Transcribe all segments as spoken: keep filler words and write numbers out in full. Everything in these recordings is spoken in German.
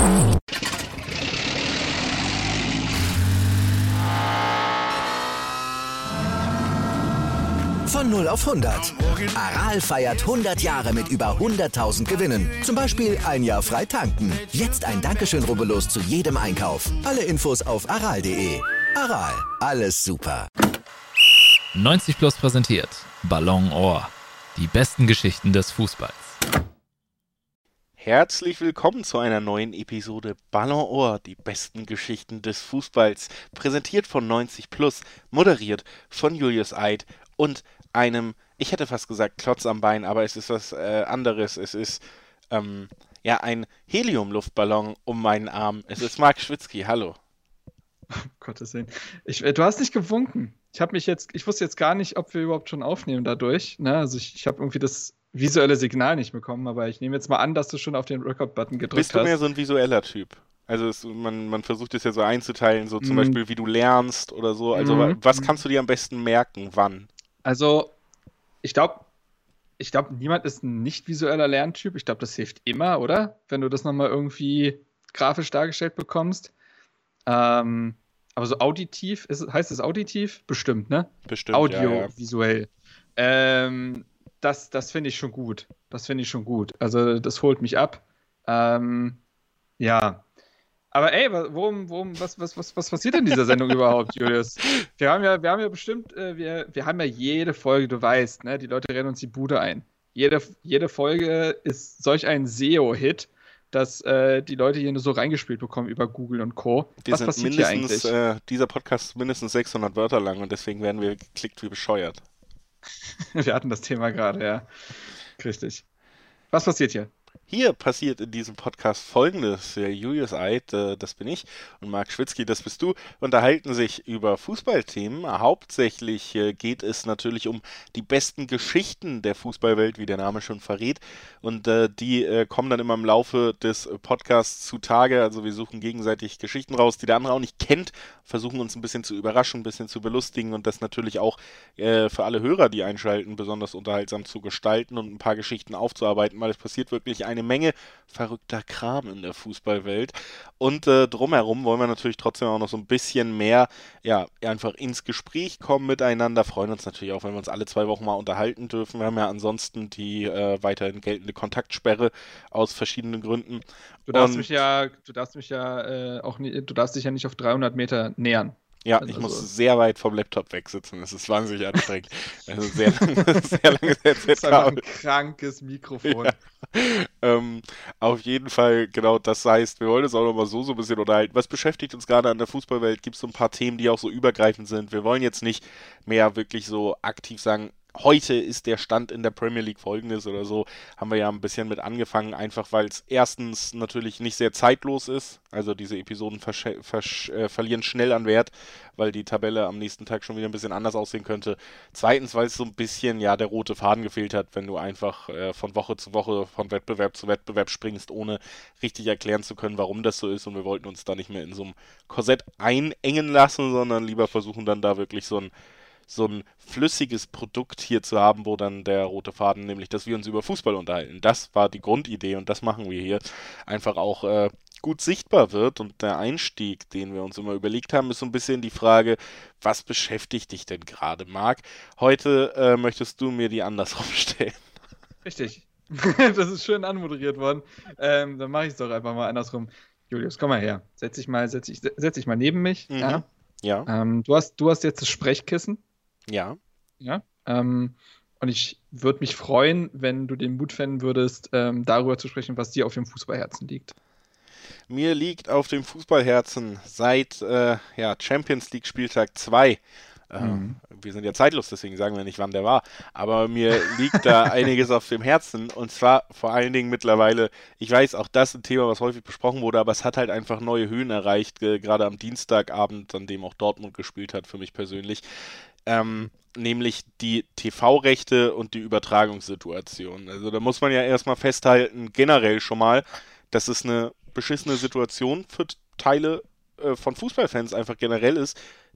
Von null auf hundert. Aral feiert hundert Jahre mit über hunderttausend Gewinnen. Zum Beispiel ein Jahr frei tanken. Jetzt ein Dankeschön, rubbellos zu jedem Einkauf. Alle Infos auf aral punkt de. Aral, alles super. neunzig Plus präsentiert Ballon Ohr. Die besten Geschichten des Fußballs. Herzlich willkommen zu einer neuen Episode Ballon Ohr, die besten Geschichten des Fußballs. Präsentiert von neunzig Plus, moderiert von Julius Eid und einem, ich hätte fast gesagt Klotz am Bein, aber es ist was äh, anderes. Es ist ähm, ja ein Helium-Luftballon um meinen Arm. Es ist Marc Schwitzky, hallo. Oh, Gottes Willen. Ich, äh, du hast nicht gewunken. Ich habe mich jetzt, ich wusste jetzt gar nicht, ob wir überhaupt schon aufnehmen dadurch. Ne? Also ich, ich habe irgendwie das visuelle Signal nicht bekommen, aber ich nehme jetzt mal an, dass du schon auf den Record-Button gedrückt hast. Bist du mehr so ein visueller Typ? Also es, man, man versucht es ja so einzuteilen, so zum Mm. Beispiel, wie du lernst oder so. Also Mm. wa- was kannst du dir am besten merken, wann? Also, ich glaube, ich glaube, niemand ist ein nicht visueller Lerntyp. Ich glaube, das hilft immer, oder? Wenn du das nochmal irgendwie grafisch dargestellt bekommst. Ähm, aber so auditiv, ist, es- heißt es auditiv? Bestimmt, ne? Bestimmt, ja, ja. Audiovisuell. Ähm, das das finde ich schon gut. Das finde ich schon gut. Also, das holt mich ab. Ähm, ja. Aber ey, wa- worum, worum, was, was, was, was passiert in dieser Sendung überhaupt, Julius? Wir haben ja, wir haben ja bestimmt, äh, wir, wir haben ja jede Folge, du weißt, ne? Die Leute rennen uns die Bude ein. Jede, jede Folge ist solch ein S E O-Hit, dass äh, die Leute hier nur so reingespielt bekommen über Google und Co. Wir Was sind passiert hier mindestens, eigentlich? äh, dieser Podcast ist mindestens sechshundert Wörter lang und deswegen werden wir geklickt wie bescheuert. Wir hatten das Thema gerade, ja. Richtig. Was passiert hier? Hier passiert in diesem Podcast Folgendes. Der Julius Eid, äh, das bin ich, und Marc Schwitzky, das bist du, unterhalten sich über Fußballthemen. Hauptsächlich äh, geht es natürlich um die besten Geschichten der Fußballwelt, wie der Name schon verrät. Und äh, die äh, kommen dann immer im Laufe des Podcasts zutage. Also wir suchen gegenseitig Geschichten raus, die der andere auch nicht kennt, versuchen uns ein bisschen zu überraschen, ein bisschen zu belustigen und das natürlich auch äh, für alle Hörer, die einschalten, besonders unterhaltsam zu gestalten und ein paar Geschichten aufzuarbeiten, weil es passiert wirklich eine Menge verrückter Kram in der Fußballwelt. Und äh, drumherum wollen wir natürlich trotzdem auch noch so ein bisschen mehr, ja, einfach ins Gespräch kommen miteinander. Freuen uns natürlich auch, wenn wir uns alle zwei Wochen mal unterhalten dürfen. Wir haben ja ansonsten die äh, weiterhin geltende Kontaktsperre aus verschiedenen Gründen. Du darfst Und- mich ja, du darfst mich ja äh, auch nie, du darfst dich ja nicht auf dreihundert Meter nähern. Ja, Also- ich muss sehr weit vom Laptop wegsitzen. Das ist wahnsinnig anstrengend. Also sehr lange, sehr lange Das ist einfach Headset-Kabel. ein krankes Mikrofon. Ja. Ähm, auf jeden Fall, genau, das heißt, wir wollen uns auch nochmal so, so ein bisschen unterhalten. Was beschäftigt uns gerade an der Fußballwelt? Gibt es so ein paar Themen, die auch so übergreifend sind? Wir wollen jetzt nicht mehr wirklich so aktiv sagen, heute ist der Stand in der Premier League folgendes oder so. Haben wir ja ein bisschen mit angefangen, einfach weil es erstens natürlich nicht sehr zeitlos ist. Also diese Episoden versch- versch- äh, verlieren schnell an Wert, weil die Tabelle am nächsten Tag schon wieder ein bisschen anders aussehen könnte. Zweitens, weil es so ein bisschen, ja, der rote Faden gefehlt hat, wenn du einfach äh, von Woche zu Woche, von Wettbewerb zu Wettbewerb springst, ohne richtig erklären zu können, warum das so ist. Und wir wollten uns da nicht mehr in so einem Korsett einengen lassen, sondern lieber versuchen dann da wirklich so ein so ein flüssiges Produkt hier zu haben, wo dann der rote Faden, nämlich, dass wir uns über Fußball unterhalten. Das war die Grundidee und das machen wir hier. Einfach auch äh, gut sichtbar wird und der Einstieg, den wir uns immer überlegt haben, ist so ein bisschen die Frage, was beschäftigt dich denn gerade, Marc? Heute äh, möchtest du mir die andersrum stellen. Richtig. Das ist schön anmoderiert worden. Ähm, dann mache ich es doch einfach mal andersrum. Julius, komm mal her. Setz dich mal, setz dich, setz dich mal neben mich. Mhm. Ja? Ja, Ähm, du hast, du hast jetzt das Sprechkissen. ja. Ja. Ähm, und ich würde mich freuen, wenn du den Mut fänden würdest, ähm, darüber zu sprechen, was dir auf dem Fußballherzen liegt. Mir liegt auf dem Fußballherzen seit äh, ja, Champions League Spieltag zwei. Äh, Mhm. Wir sind ja zeitlos, deswegen sagen wir nicht, wann der war. Aber mir liegt da einiges auf dem Herzen. Und zwar vor allen Dingen mittlerweile, ich weiß, auch das ist ein Thema, was häufig besprochen wurde, aber es hat halt einfach neue Höhen erreicht, ge- gerade am Dienstagabend, an dem auch Dortmund gespielt hat, für mich persönlich. Ähm, nämlich die T V-Rechte und die Übertragungssituation. Also da muss man ja erstmal festhalten, generell schon mal, dass es eine beschissene Situation für Teile äh, von Fußballfans einfach generell ist,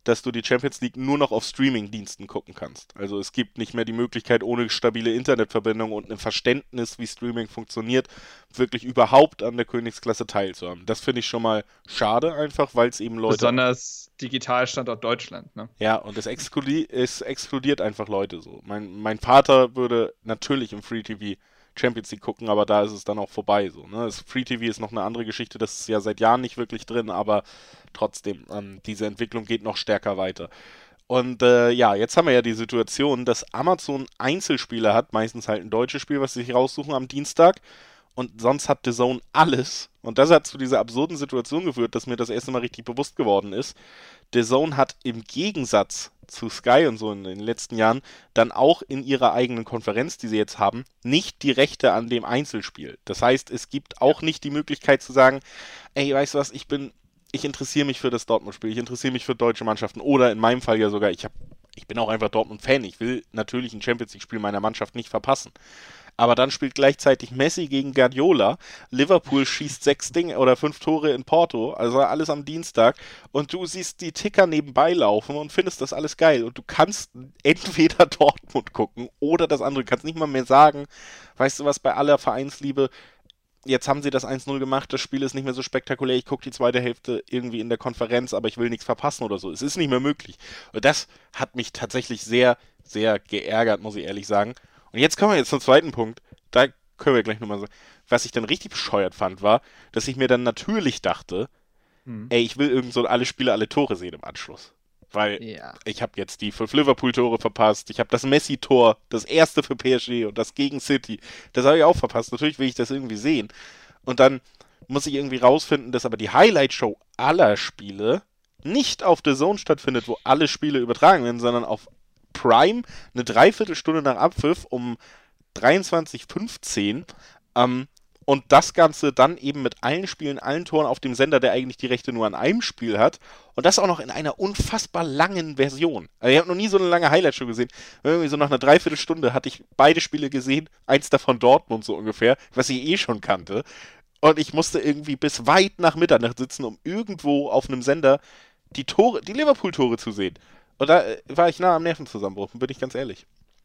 dass du die Champions League nur noch auf Streaming-Diensten gucken kannst. Also es gibt nicht mehr die Möglichkeit, ohne stabile Internetverbindung und ein Verständnis, wie Streaming funktioniert, wirklich überhaupt an der Königsklasse teilzuhaben. Das finde ich schon mal schade einfach, weil es eben Leute... Besonders Digitalstandort Deutschland, ne? Ja, und es, exkludi- es exkludiert einfach Leute so. Mein, mein Vater würde natürlich im Free-T V Champions League gucken, aber da ist es dann auch vorbei so. Ne? Das Free-T V ist noch eine andere Geschichte, das ist ja seit Jahren nicht wirklich drin, aber trotzdem, ähm, diese Entwicklung geht noch stärker weiter. Und äh, ja, jetzt haben wir ja die Situation, dass Amazon Einzelspiele hat, meistens halt ein deutsches Spiel, was sie sich raussuchen am Dienstag, und sonst hat D A Z N alles. Und das hat zu dieser absurden Situation geführt, dass mir das erste Mal richtig bewusst geworden ist. D A Z N hat im Gegensatz zu Sky und so in den letzten Jahren dann auch in ihrer eigenen Konferenz, die sie jetzt haben, nicht die Rechte an dem Einzelspiel. Das heißt, es gibt auch nicht die Möglichkeit zu sagen, ey, weißt du was, ich bin, ich interessiere mich für das Dortmund-Spiel, ich interessiere mich für deutsche Mannschaften oder in meinem Fall ja sogar, ich habe, ich bin auch einfach Dortmund-Fan, ich will natürlich ein Champions-League-Spiel meiner Mannschaft nicht verpassen. Aber dann spielt gleichzeitig Messi gegen Guardiola, Liverpool schießt sechs Dinge oder fünf Tore in Porto, also alles am Dienstag, und du siehst die Ticker nebenbei laufen und findest das alles geil. Und du kannst entweder Dortmund gucken oder das andere. Du kannst nicht mal mehr sagen, weißt du was, bei aller Vereinsliebe, jetzt haben sie das eins null gemacht, das Spiel ist nicht mehr so spektakulär, ich gucke die zweite Hälfte irgendwie in der Konferenz, aber ich will nichts verpassen oder so. Es ist nicht mehr möglich. Und das hat mich tatsächlich sehr, sehr geärgert, muss ich ehrlich sagen. Und jetzt kommen wir jetzt zum zweiten Punkt, da können wir gleich nochmal sagen, was ich dann richtig bescheuert fand, war, dass ich mir dann natürlich dachte, hm. ey, ich will irgend so alle Spiele, alle Tore sehen im Anschluss. Weil ja. ich habe jetzt die fünf Liverpool-Tore verpasst, ich habe das Messi-Tor, das erste für P S G und das gegen City, das habe ich auch verpasst. Natürlich will ich das irgendwie sehen. Und dann muss ich irgendwie rausfinden, dass aber die Highlight-Show aller Spiele nicht auf The Zone stattfindet, wo alle Spiele übertragen werden, sondern auf Prime eine Dreiviertelstunde nach Abpfiff um dreiundzwanzig Uhr fünfzehn ähm, und das Ganze dann eben mit allen Spielen, allen Toren auf dem Sender, der eigentlich die Rechte nur an einem Spiel hat und das auch noch in einer unfassbar langen Version. Also ich habe noch nie so eine lange Highlight-Show gesehen. Irgendwie so nach einer Dreiviertelstunde hatte ich beide Spiele gesehen, eins davon Dortmund so ungefähr, was ich eh schon kannte, und ich musste irgendwie bis weit nach Mitternacht sitzen, um irgendwo auf einem Sender die Tore, die Liverpool-Tore zu sehen. Und da war ich nah am Nervenzusammenbruch, bin ich ganz ehrlich.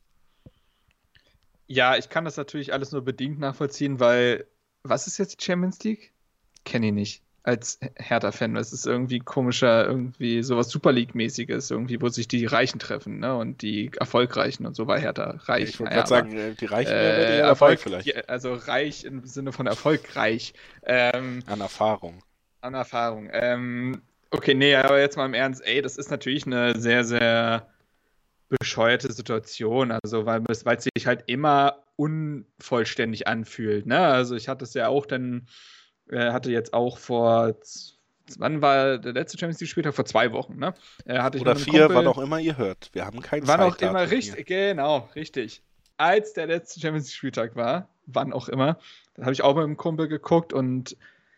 Ja, ich kann das natürlich alles nur bedingt nachvollziehen, weil, was ist jetzt die Champions League? Kenne ich nicht. Als Hertha-Fan, das ist irgendwie komischer, irgendwie sowas Super League-mäßiges, irgendwie, wo sich die Reichen treffen, ne, und die Erfolgreichen und so war Hertha reich. Ich wollte naja, gerade sagen, die Reichen äh, wäre der Erfolg, Erfolg vielleicht. Also reich im Sinne von erfolgreich. Ähm, an Erfahrung. An Erfahrung. Ähm, Okay, nee, aber jetzt mal im Ernst, ey, das ist natürlich eine sehr, sehr bescheuerte Situation, also weil es weil es sich halt immer unvollständig anfühlt, ne? Also ich hatte es ja auch dann, äh, hatte jetzt auch vor, wann war der letzte Champions League Spieltag? Vor zwei Wochen, ne? Äh, hatte ich Oder vier, Kumpel, wann auch immer ihr hört. Wir haben keinen Wann auch immer, richtig, genau, richtig. Als der letzte Champions League Spieltag war, wann auch immer, dann habe ich auch mit einem Kumpel geguckt und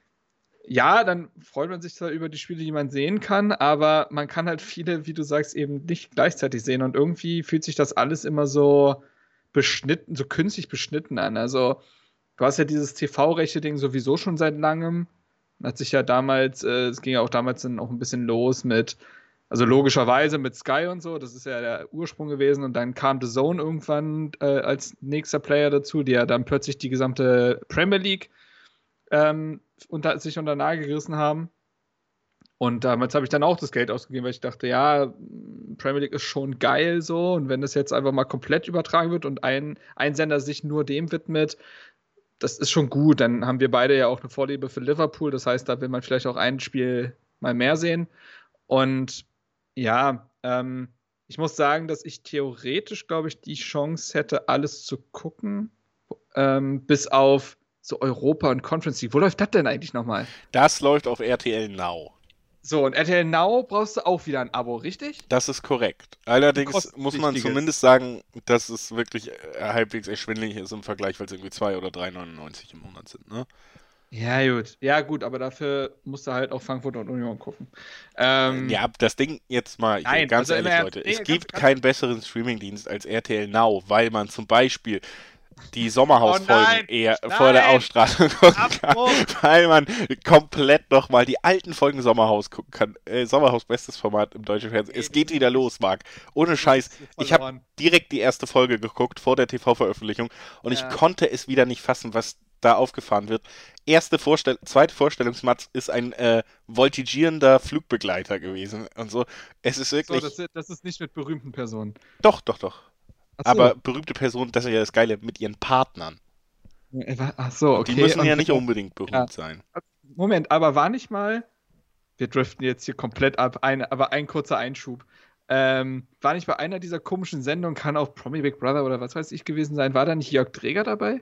ja, dann freut man sich zwar über die Spiele, die man sehen kann, aber man kann halt viele, wie du sagst, eben nicht gleichzeitig sehen und irgendwie fühlt sich das alles immer so beschnitten, so künstlich beschnitten an. Also du hast ja dieses T V-Rechte-Ding sowieso schon seit langem. Hat sich ja damals, äh, es ging ja auch damals dann auch ein bisschen los mit, also logischerweise mit Sky und so, das ist ja der Ursprung gewesen und dann kam The Zone irgendwann äh, als nächster Player dazu, die ja dann plötzlich die gesamte Premier League ähm, unter, sich unter den Nagel gerissen haben. Und damals habe ich dann auch das Geld ausgegeben, weil ich dachte, ja, Premier League ist schon geil so und wenn das jetzt einfach mal komplett übertragen wird und ein, ein Sender sich nur dem widmet, das ist schon gut. Dann haben wir beide ja auch eine Vorliebe für Liverpool, das heißt, da will man vielleicht auch ein Spiel mal mehr sehen. Und ja, ähm, ich muss sagen, dass ich theoretisch, glaube ich, die Chance hätte, alles zu gucken, ähm, bis auf so Europa und Conference League. Wo läuft das denn eigentlich nochmal? Das läuft auf R T L Now. So, und R T L Now brauchst du auch wieder ein Abo, richtig? Das ist korrekt. Allerdings muss man zumindest sagen, dass es wirklich halbwegs erschwinglich ist im Vergleich, weil es irgendwie zwei oder drei neunundneunzig im Monat sind, ne? Ja, gut. Ja, gut, aber dafür musst du halt auch Frankfurt und Union gucken. Ähm, ja, das Ding jetzt mal, ich nein, ganz also ehrlich, Leute, nee, es gibt ganz, keinen besseren Streamingdienst als R T L Now, weil man zum Beispiel die Sommerhausfolgen Oh nein, eher nein, vor der Ausstrahlung gucken kann, Abbruch. weil man komplett nochmal die alten Folgen Sommerhaus gucken kann. Äh, Sommerhaus, bestes Format im deutschen Fernsehen. Es geht wieder los, Marc. Ohne Scheiß. Ich habe direkt die erste Folge geguckt vor der T V-Veröffentlichung und Ja. ich konnte es wieder nicht fassen, was da aufgefahren wird. Erste Vorstell zweite Vorstellungsmatz ist ein äh, voltigierender Flugbegleiter gewesen und so. Es ist So, wirklich... das, das ist nicht mit berühmten Personen. Doch, doch, doch. Ach so. Aber berühmte Personen, das ist ja das Geile, mit ihren Partnern. Ach so, okay. Die müssen Und- ja nicht unbedingt berühmt Ja. sein. Moment, aber war nicht mal, wir driften jetzt hier komplett ab, ein, aber ein kurzer Einschub. Ähm, war nicht bei einer dieser komischen Sendungen, kann auch Promi Big Brother oder was weiß ich gewesen sein, war da nicht Jörg Träger dabei?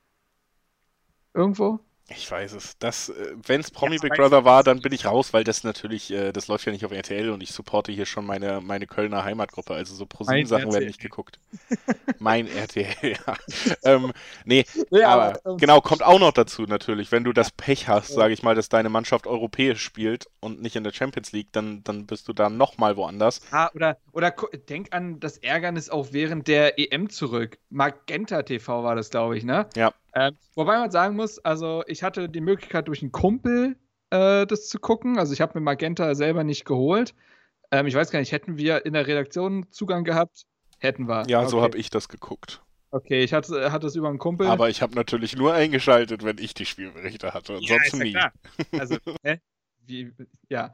Irgendwo? Ich weiß es. Das, äh, wenn es Promi Ja, Big weiß Brother ich war, nicht. dann bin ich raus, weil das natürlich, äh, das läuft ja nicht auf R T L und ich supporte hier schon meine, meine Kölner Heimatgruppe. Also so ProSieben-Sachen Mein werden R T L. nicht geguckt. Mein R T L, ja. ähm, nee, Ja, aber aber, ähm, genau, kommt auch noch dazu natürlich. Wenn du das Pech hast, sage ich mal, dass deine Mannschaft europäisch spielt und nicht in der Champions League, dann, dann bist du da nochmal woanders. Ah, oder, oder gu- denk an das Ärgernis auch während der E M zurück. Magenta T V war das, glaube ich, ne? Ja. Ähm, wobei man sagen muss, also ich hatte die Möglichkeit durch einen Kumpel äh, das zu gucken. Also ich habe mir Magenta selber nicht geholt. Ähm, ich weiß gar nicht, hätten wir in der Redaktion Zugang gehabt? Hätten wir. Ja, so Okay. habe ich das geguckt. Okay, ich hatte, hatte es über einen Kumpel. Aber ich habe natürlich nur eingeschaltet, wenn ich die Spielberichte hatte. Und Ja, sonst ist ja nie. klar. Also, hä? Wie, ja.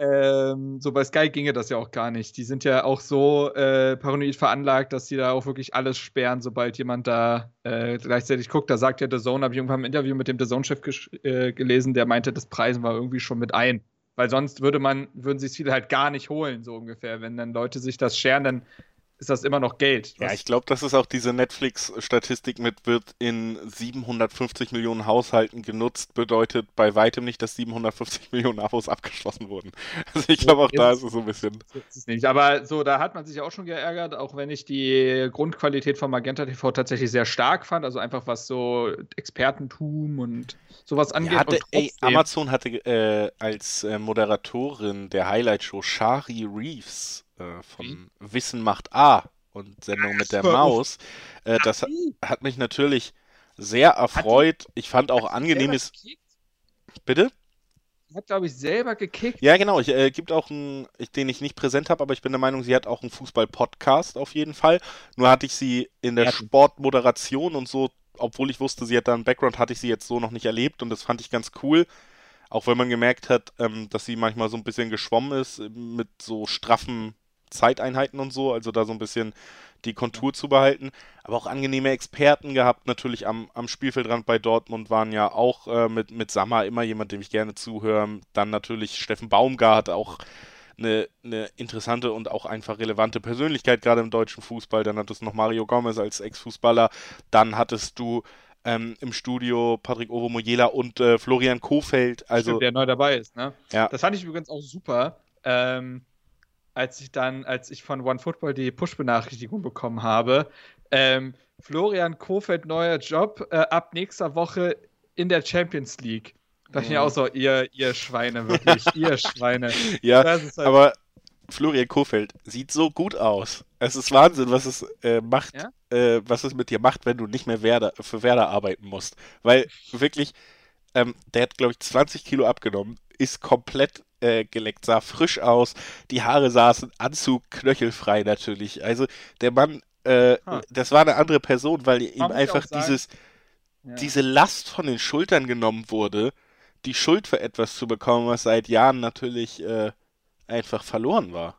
Ähm, so bei Sky ginge das ja auch gar nicht. Die sind ja auch so äh, paranoid veranlagt, dass sie da auch wirklich alles sperren, sobald jemand da äh, gleichzeitig guckt. Da sagt ja The Zone, habe ich irgendwann im Interview mit dem The Zone-Chef gesch- äh, gelesen, der meinte, das Preisen war irgendwie schon mit ein. Weil sonst würde man, würden sich viele halt gar nicht holen, so ungefähr. Wenn dann Leute sich das scheren, dann ist das immer noch Geld. Ja, Was- ich glaube, das ist auch diese Netflix-Statistik mit, wird in siebenhundertfünfzig Millionen Haushalten genutzt, bedeutet bei weitem nicht, dass siebenhundertfünfzig Millionen Abos abgeschlossen wurden. Also ich glaube, auch Ja, da ist- ist es so ein bisschen... Das ist es nicht. Aber so, da hat man sich auch schon geärgert, auch wenn ich die Grundqualität von Magenta T V tatsächlich sehr stark fand. Also einfach was so Expertentum und sowas angeht. Ja, hatte, und ey, trotzdem- Amazon hatte äh, als äh, Moderatorin der Highlight-Show Shari Reeves äh, von Wissen macht A und Sendung mit der so. Maus. Äh, das hat, hat mich natürlich sehr erfreut. Ich fand auch Hat die angenehmes... selber gekickt? Bitte? Die hat, glaube ich, selber gekickt. Ja, genau. Ich, äh, gibt auch einen, ich, den ich nicht präsent habe, aber ich bin der Meinung, sie hat auch einen Fußball-Podcast auf jeden Fall. Nur hatte ich sie in der Ja. Sportmoderation und so, obwohl ich wusste, sie hat da einen Background, hatte ich sie jetzt so noch nicht erlebt und das fand ich ganz cool. Auch wenn man gemerkt hat, ähm, dass sie manchmal so ein bisschen geschwommen ist äh, mit so straffen Zeiteinheiten und so, also da so ein bisschen die Kontur zu behalten. Aber auch angenehme Experten gehabt, natürlich am, am Spielfeldrand bei Dortmund waren ja auch äh, mit, mit Sammer immer jemand, dem ich gerne zuhöre. Dann natürlich Steffen Baumgart, auch eine, eine interessante und auch einfach relevante Persönlichkeit, gerade im deutschen Fußball. Dann hattest du noch Mario Gomez als Ex-Fußballer. Dann hattest du ähm, im Studio Patrick Ovomoyela und äh, Florian Kohfeldt. Also, Stimmt, der neu dabei ist, ne? ja. Das fand ich übrigens auch super. Ähm, als ich dann, als ich von OneFootball die Push-Benachrichtigung bekommen habe, ähm, Florian Kohfeldt neuer Job äh, ab nächster Woche in der Champions League. Da dachte ich mir Mhm. auch so, ihr, ihr Schweine, wirklich, ihr Schweine. Ja, Das ist halt, aber Florian Kohfeldt sieht so gut aus. Es ist Wahnsinn, was es äh, macht, Ja? äh, was es mit dir macht, wenn du nicht mehr Werder, für Werder arbeiten musst. Weil wirklich, ähm, der hat, glaube ich, zwanzig Kilo abgenommen, ist komplett äh, geleckt, sah frisch aus, die Haare saßen, Anzug, knöchelfrei natürlich. Also der Mann, äh, Ha. das war eine andere Person, weil ihm Man muss ja einfach auch sagen- dieses, ja. diese Last von den Schultern genommen wurde, die Schuld für etwas zu bekommen, was seit Jahren natürlich äh, einfach verloren war.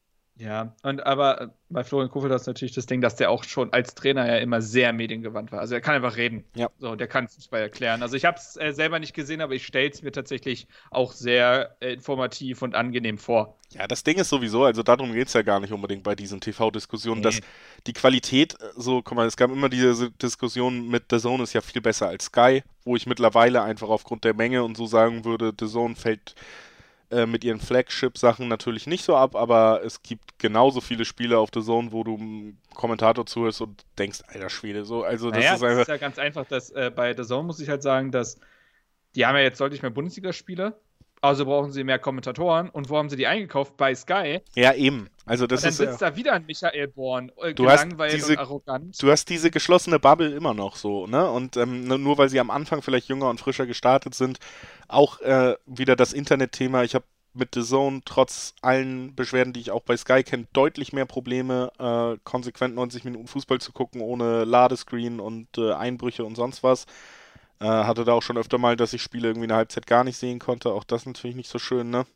Ja, und aber äh, bei Florian Kohfeldt ist natürlich das Ding, dass der auch schon als Trainer ja immer sehr mediengewandt war. Also er kann einfach reden. Ja. So, der kann Fußball erklären. Also ich habe es äh, selber nicht gesehen, aber ich stelle es mir tatsächlich auch sehr äh, informativ und angenehm vor. Ja, das Ding ist sowieso, also darum geht es ja gar nicht unbedingt bei diesen T V-Diskussionen, Nee. dass die Qualität, äh, so, guck mal, es gab immer diese Diskussion mit The Zone ist ja viel besser als Sky, wo ich mittlerweile einfach aufgrund der Menge und so sagen würde, The Zone fällt äh, mit ihren Flagship-Sachen natürlich nicht so ab, aber es gibt genauso viele Spiele auf The Zone, wo du einem Kommentator zuhörst und denkst, alter Schwede, so, also das naja, ist das einfach, ist ja ganz einfach, dass äh, bei The Zone muss ich halt sagen, dass die haben ja jetzt deutlich mehr Bundesligaspieler. Also brauchen sie mehr Kommentatoren. Und wo haben sie die eingekauft? Bei Sky. Ja, eben. Also das und dann ist, sitzt ja, da wieder ein Michael Born, äh, du hast gelangweilt diese, und arrogant. Du hast diese geschlossene Bubble immer noch so, ne? Und ähm, nur weil sie am Anfang vielleicht jünger und frischer gestartet sind, auch äh, wieder das Internetthema. Ich habe mit The Zone trotz allen Beschwerden, die ich auch bei Sky kenne, deutlich mehr Probleme, äh, konsequent neunzig Minuten Fußball zu gucken, ohne Ladescreen und äh, Einbrüche und sonst was. Äh, hatte da auch schon öfter mal, dass ich Spiele irgendwie eine Halbzeit gar nicht sehen konnte. Auch das natürlich nicht so schön, ne?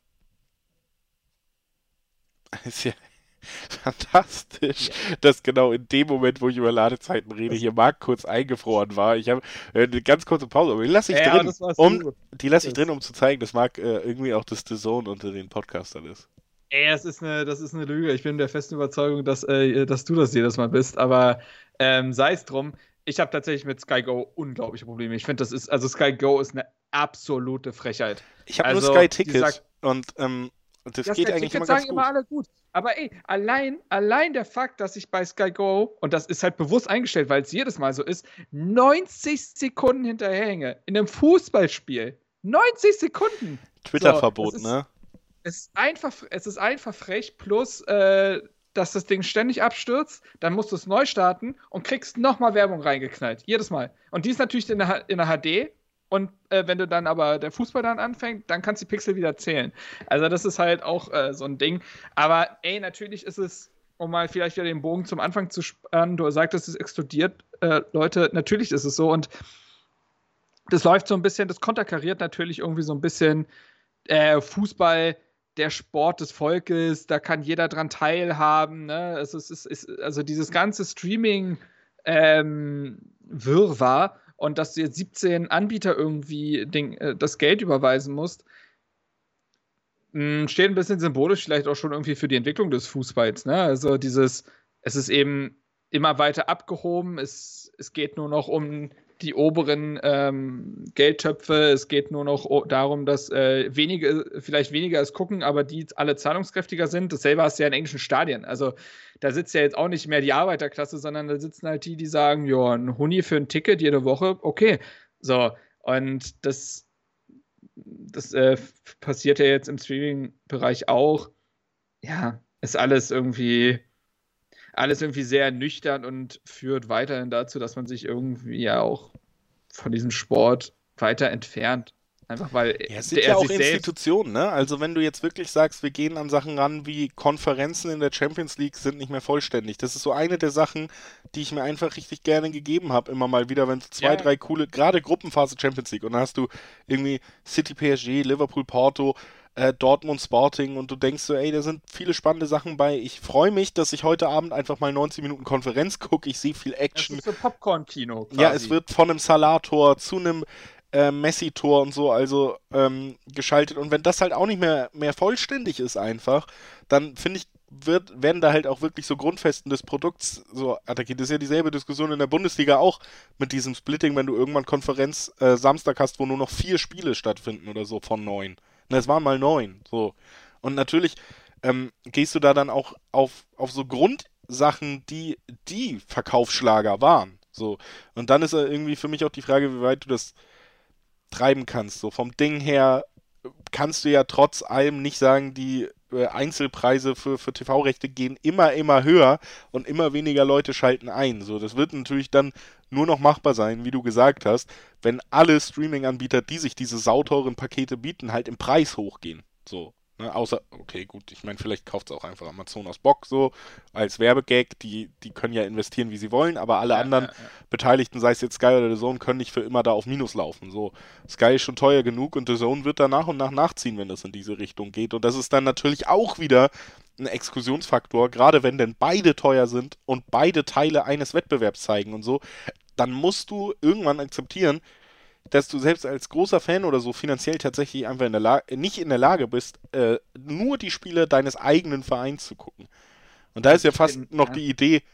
Ist ja fantastisch, ja. Dass genau in dem Moment, wo ich über Ladezeiten rede, hier Marc kurz eingefroren war. Ich habe äh, eine ganz kurze Pause, aber die lasse ich ja, drin, um, die lasse ich drin, um zu zeigen, dass Marc äh, irgendwie auch das The Zone unter den Podcastern ist. Ey, das ist eine, das ist eine Lüge. Ich bin der festen Überzeugung, dass, äh, dass du das jedes Mal bist, aber ähm, sei es drum. Ich habe tatsächlich mit Sky Go unglaubliche Probleme. Ich finde, das ist, also Sky Go ist eine absolute Frechheit. Ich habe also, nur Sky Ticket und ähm, das ja, geht Sky eigentlich Ticket immer sagen ganz gut. Immer alle gut. Aber ey, allein, allein der Fakt, dass ich bei Sky Go, und das ist halt bewusst eingestellt, weil es jedes Mal so ist, neunzig Sekunden hinterherhänge in einem Fußballspiel. neunzig Sekunden! Twitter-Verbot, so, ne? Es ist einfach, es ist einfach frech, plus äh, dass das Ding ständig abstürzt, dann musst du es neu starten und kriegst nochmal Werbung reingeknallt. Jedes Mal. Und die ist natürlich in der, in der H D. Und äh, wenn du dann aber der Fußball dann anfängt, dann kannst du die Pixel wieder zählen. Also das ist halt auch äh, so ein Ding. Aber ey, natürlich ist es, um mal vielleicht wieder den Bogen zum Anfang zu spannen, du sagtest, es explodiert. Äh, Leute, natürlich ist es so. Und das läuft so ein bisschen, das konterkariert natürlich irgendwie so ein bisschen äh, Fußball, der Sport des Volkes, da kann jeder dran teilhaben. Ne? Es ist, es ist, also dieses ganze Streaming ähm, Wirrwarr und dass du jetzt siebzehn Anbieter irgendwie den, äh, das Geld überweisen musst, mh, steht ein bisschen symbolisch vielleicht auch schon irgendwie für die Entwicklung des Fußballs. Ne? Also dieses, es ist eben immer weiter abgehoben, es, es geht nur noch um die oberen ähm, Geldtöpfe, es geht nur noch o- darum, dass äh, wenige, vielleicht weniger es gucken, aber die alle zahlungskräftiger sind. Dasselbe hast du ja in englischen Stadien. Also da sitzt ja jetzt auch nicht mehr die Arbeiterklasse, sondern da sitzen halt die, die sagen, ja, ein Huni für ein Ticket jede Woche, okay. So, und das, das äh, passiert ja jetzt im Streaming-Bereich auch. Ja, ist alles irgendwie alles irgendwie sehr nüchtern und führt weiterhin dazu, dass man sich irgendwie ja auch von diesem Sport weiter entfernt. Einfach weil ja, es sind ja auch Institutionen, ne? Also wenn du jetzt wirklich sagst, wir gehen an Sachen ran wie Konferenzen in der Champions League sind nicht mehr vollständig. Das ist so eine der Sachen, die ich mir einfach richtig gerne gegeben habe, immer mal wieder, wenn es zwei, ja. drei coole, gerade Gruppenphase Champions League und dann hast du irgendwie City P S G, Liverpool Porto, äh, Dortmund Sporting und du denkst so, ey, da sind viele spannende Sachen bei. Ich freue mich, dass ich heute Abend einfach mal neunzig Minuten Konferenz gucke. Ich sehe viel Action. Das ist so Popcorn-Kino quasi. Ja, es wird von einem Salah-Tor zu einem Äh, Messi-Tor und so, also ähm, geschaltet. Und wenn das halt auch nicht mehr, mehr vollständig ist einfach, dann finde ich, wird, werden da halt auch wirklich so Grundfesten des Produkts so attackiert. Das ist ja dieselbe Diskussion in der Bundesliga auch mit diesem Splitting, wenn du irgendwann Konferenz äh, Samstag hast, wo nur noch vier Spiele stattfinden oder so von neun. Und es waren mal neun. So. Und natürlich ähm, gehst du da dann auch auf, auf so Grundsachen, die die Verkaufsschlager waren. So. Und dann ist ja irgendwie für mich auch die Frage, wie weit du das treiben kannst. So vom Ding her kannst du ja trotz allem nicht sagen, die äh, Einzelpreise für, für T V-Rechte gehen immer, immer höher und immer weniger Leute schalten ein. So, das wird natürlich dann nur noch machbar sein, wie du gesagt hast, wenn alle Streaming-Anbieter, die sich diese sauteuren Pakete bieten, halt im Preis hochgehen. So. Ne, außer, okay, gut, ich meine, vielleicht kauft es auch einfach Amazon aus Bock so als Werbegag, die, die können ja investieren, wie sie wollen, aber alle ja, anderen ja, ja. Beteiligten, sei es jetzt Sky oder The Zone, können nicht für immer da auf Minus laufen. So, Sky ist schon teuer genug und The Zone wird da nach und nach nachziehen, wenn das in diese Richtung geht. Und das ist dann natürlich auch wieder ein Exklusionsfaktor, gerade wenn denn beide teuer sind und beide Teile eines Wettbewerbs zeigen und so, dann musst du irgendwann akzeptieren, dass du selbst als großer Fan oder so finanziell tatsächlich einfach in der Lage, nicht in der Lage bist, äh, nur die Spiele deines eigenen Vereins zu gucken. Und da ist ja fast bin, noch ja. die Idee,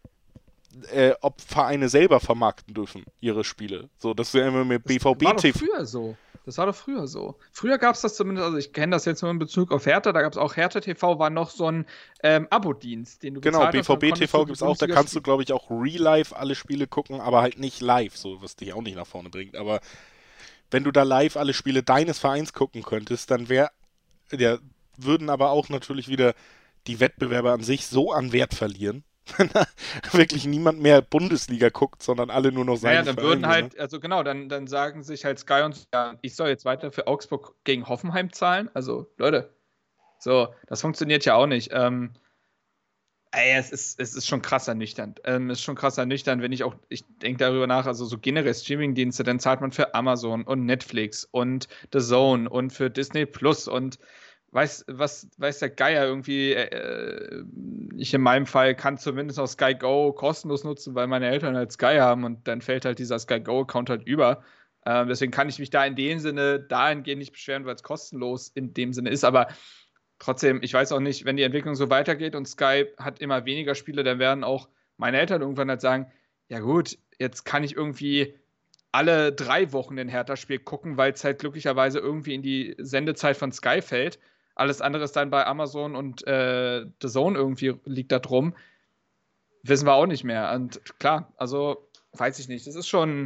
äh, ob Vereine selber vermarkten dürfen, ihre Spiele. So, das ist ja immer mit B V B T V. Das war doch früher so. Das war doch früher so. Früher gab es das zumindest, also ich kenne das jetzt nur in Bezug auf Hertha, da gab es auch Hertha T V, war noch so ein ähm, Abo-Dienst, den du genau, bezahlt B V B hast. T V gibt es auch, da kannst du, glaube ich, auch real live alle Spiele gucken, aber halt nicht live, so was dich auch nicht nach vorne bringt. Aber wenn du da live alle Spiele deines Vereins gucken könntest, dann wäre, ja, würden aber auch natürlich wieder die Wettbewerbe an sich so an Wert verlieren, wenn da wirklich niemand mehr Bundesliga guckt, sondern alle nur noch seine Naja, dann Vereine, würden halt, ne? also genau, dann, dann sagen sich halt Sky und ja, ich soll jetzt weiter für Augsburg gegen Hoffenheim zahlen. Also, Leute, so, das funktioniert ja auch nicht. Ähm, ey, es ist, es ist schon krass ernüchternd. Ähm, es ist schon krass ernüchternd, wenn ich auch, ich denke darüber nach, also so generell Streamingdienste, dann zahlt man für Amazon und Netflix und The Zone und für Disney Plus und weiß, was, weiß der Geier irgendwie, äh, ich in meinem Fall kann zumindest auch Sky Go kostenlos nutzen, weil meine Eltern halt Sky haben und dann fällt halt dieser Sky Go-Account halt über. Ähm, deswegen kann ich mich da in dem Sinne dahingehend nicht beschweren, weil es kostenlos in dem Sinne ist, aber trotzdem, ich weiß auch nicht, wenn die Entwicklung so weitergeht und Sky hat immer weniger Spiele, dann werden auch meine Eltern irgendwann halt sagen, ja gut, jetzt kann ich irgendwie alle drei Wochen den Hertha-Spiel gucken, weil es halt glücklicherweise irgendwie in die Sendezeit von Sky fällt. Alles andere ist dann bei Amazon und äh, The Zone irgendwie liegt da drum. Wissen wir auch nicht mehr. Und klar, also weiß ich nicht. Das ist schon.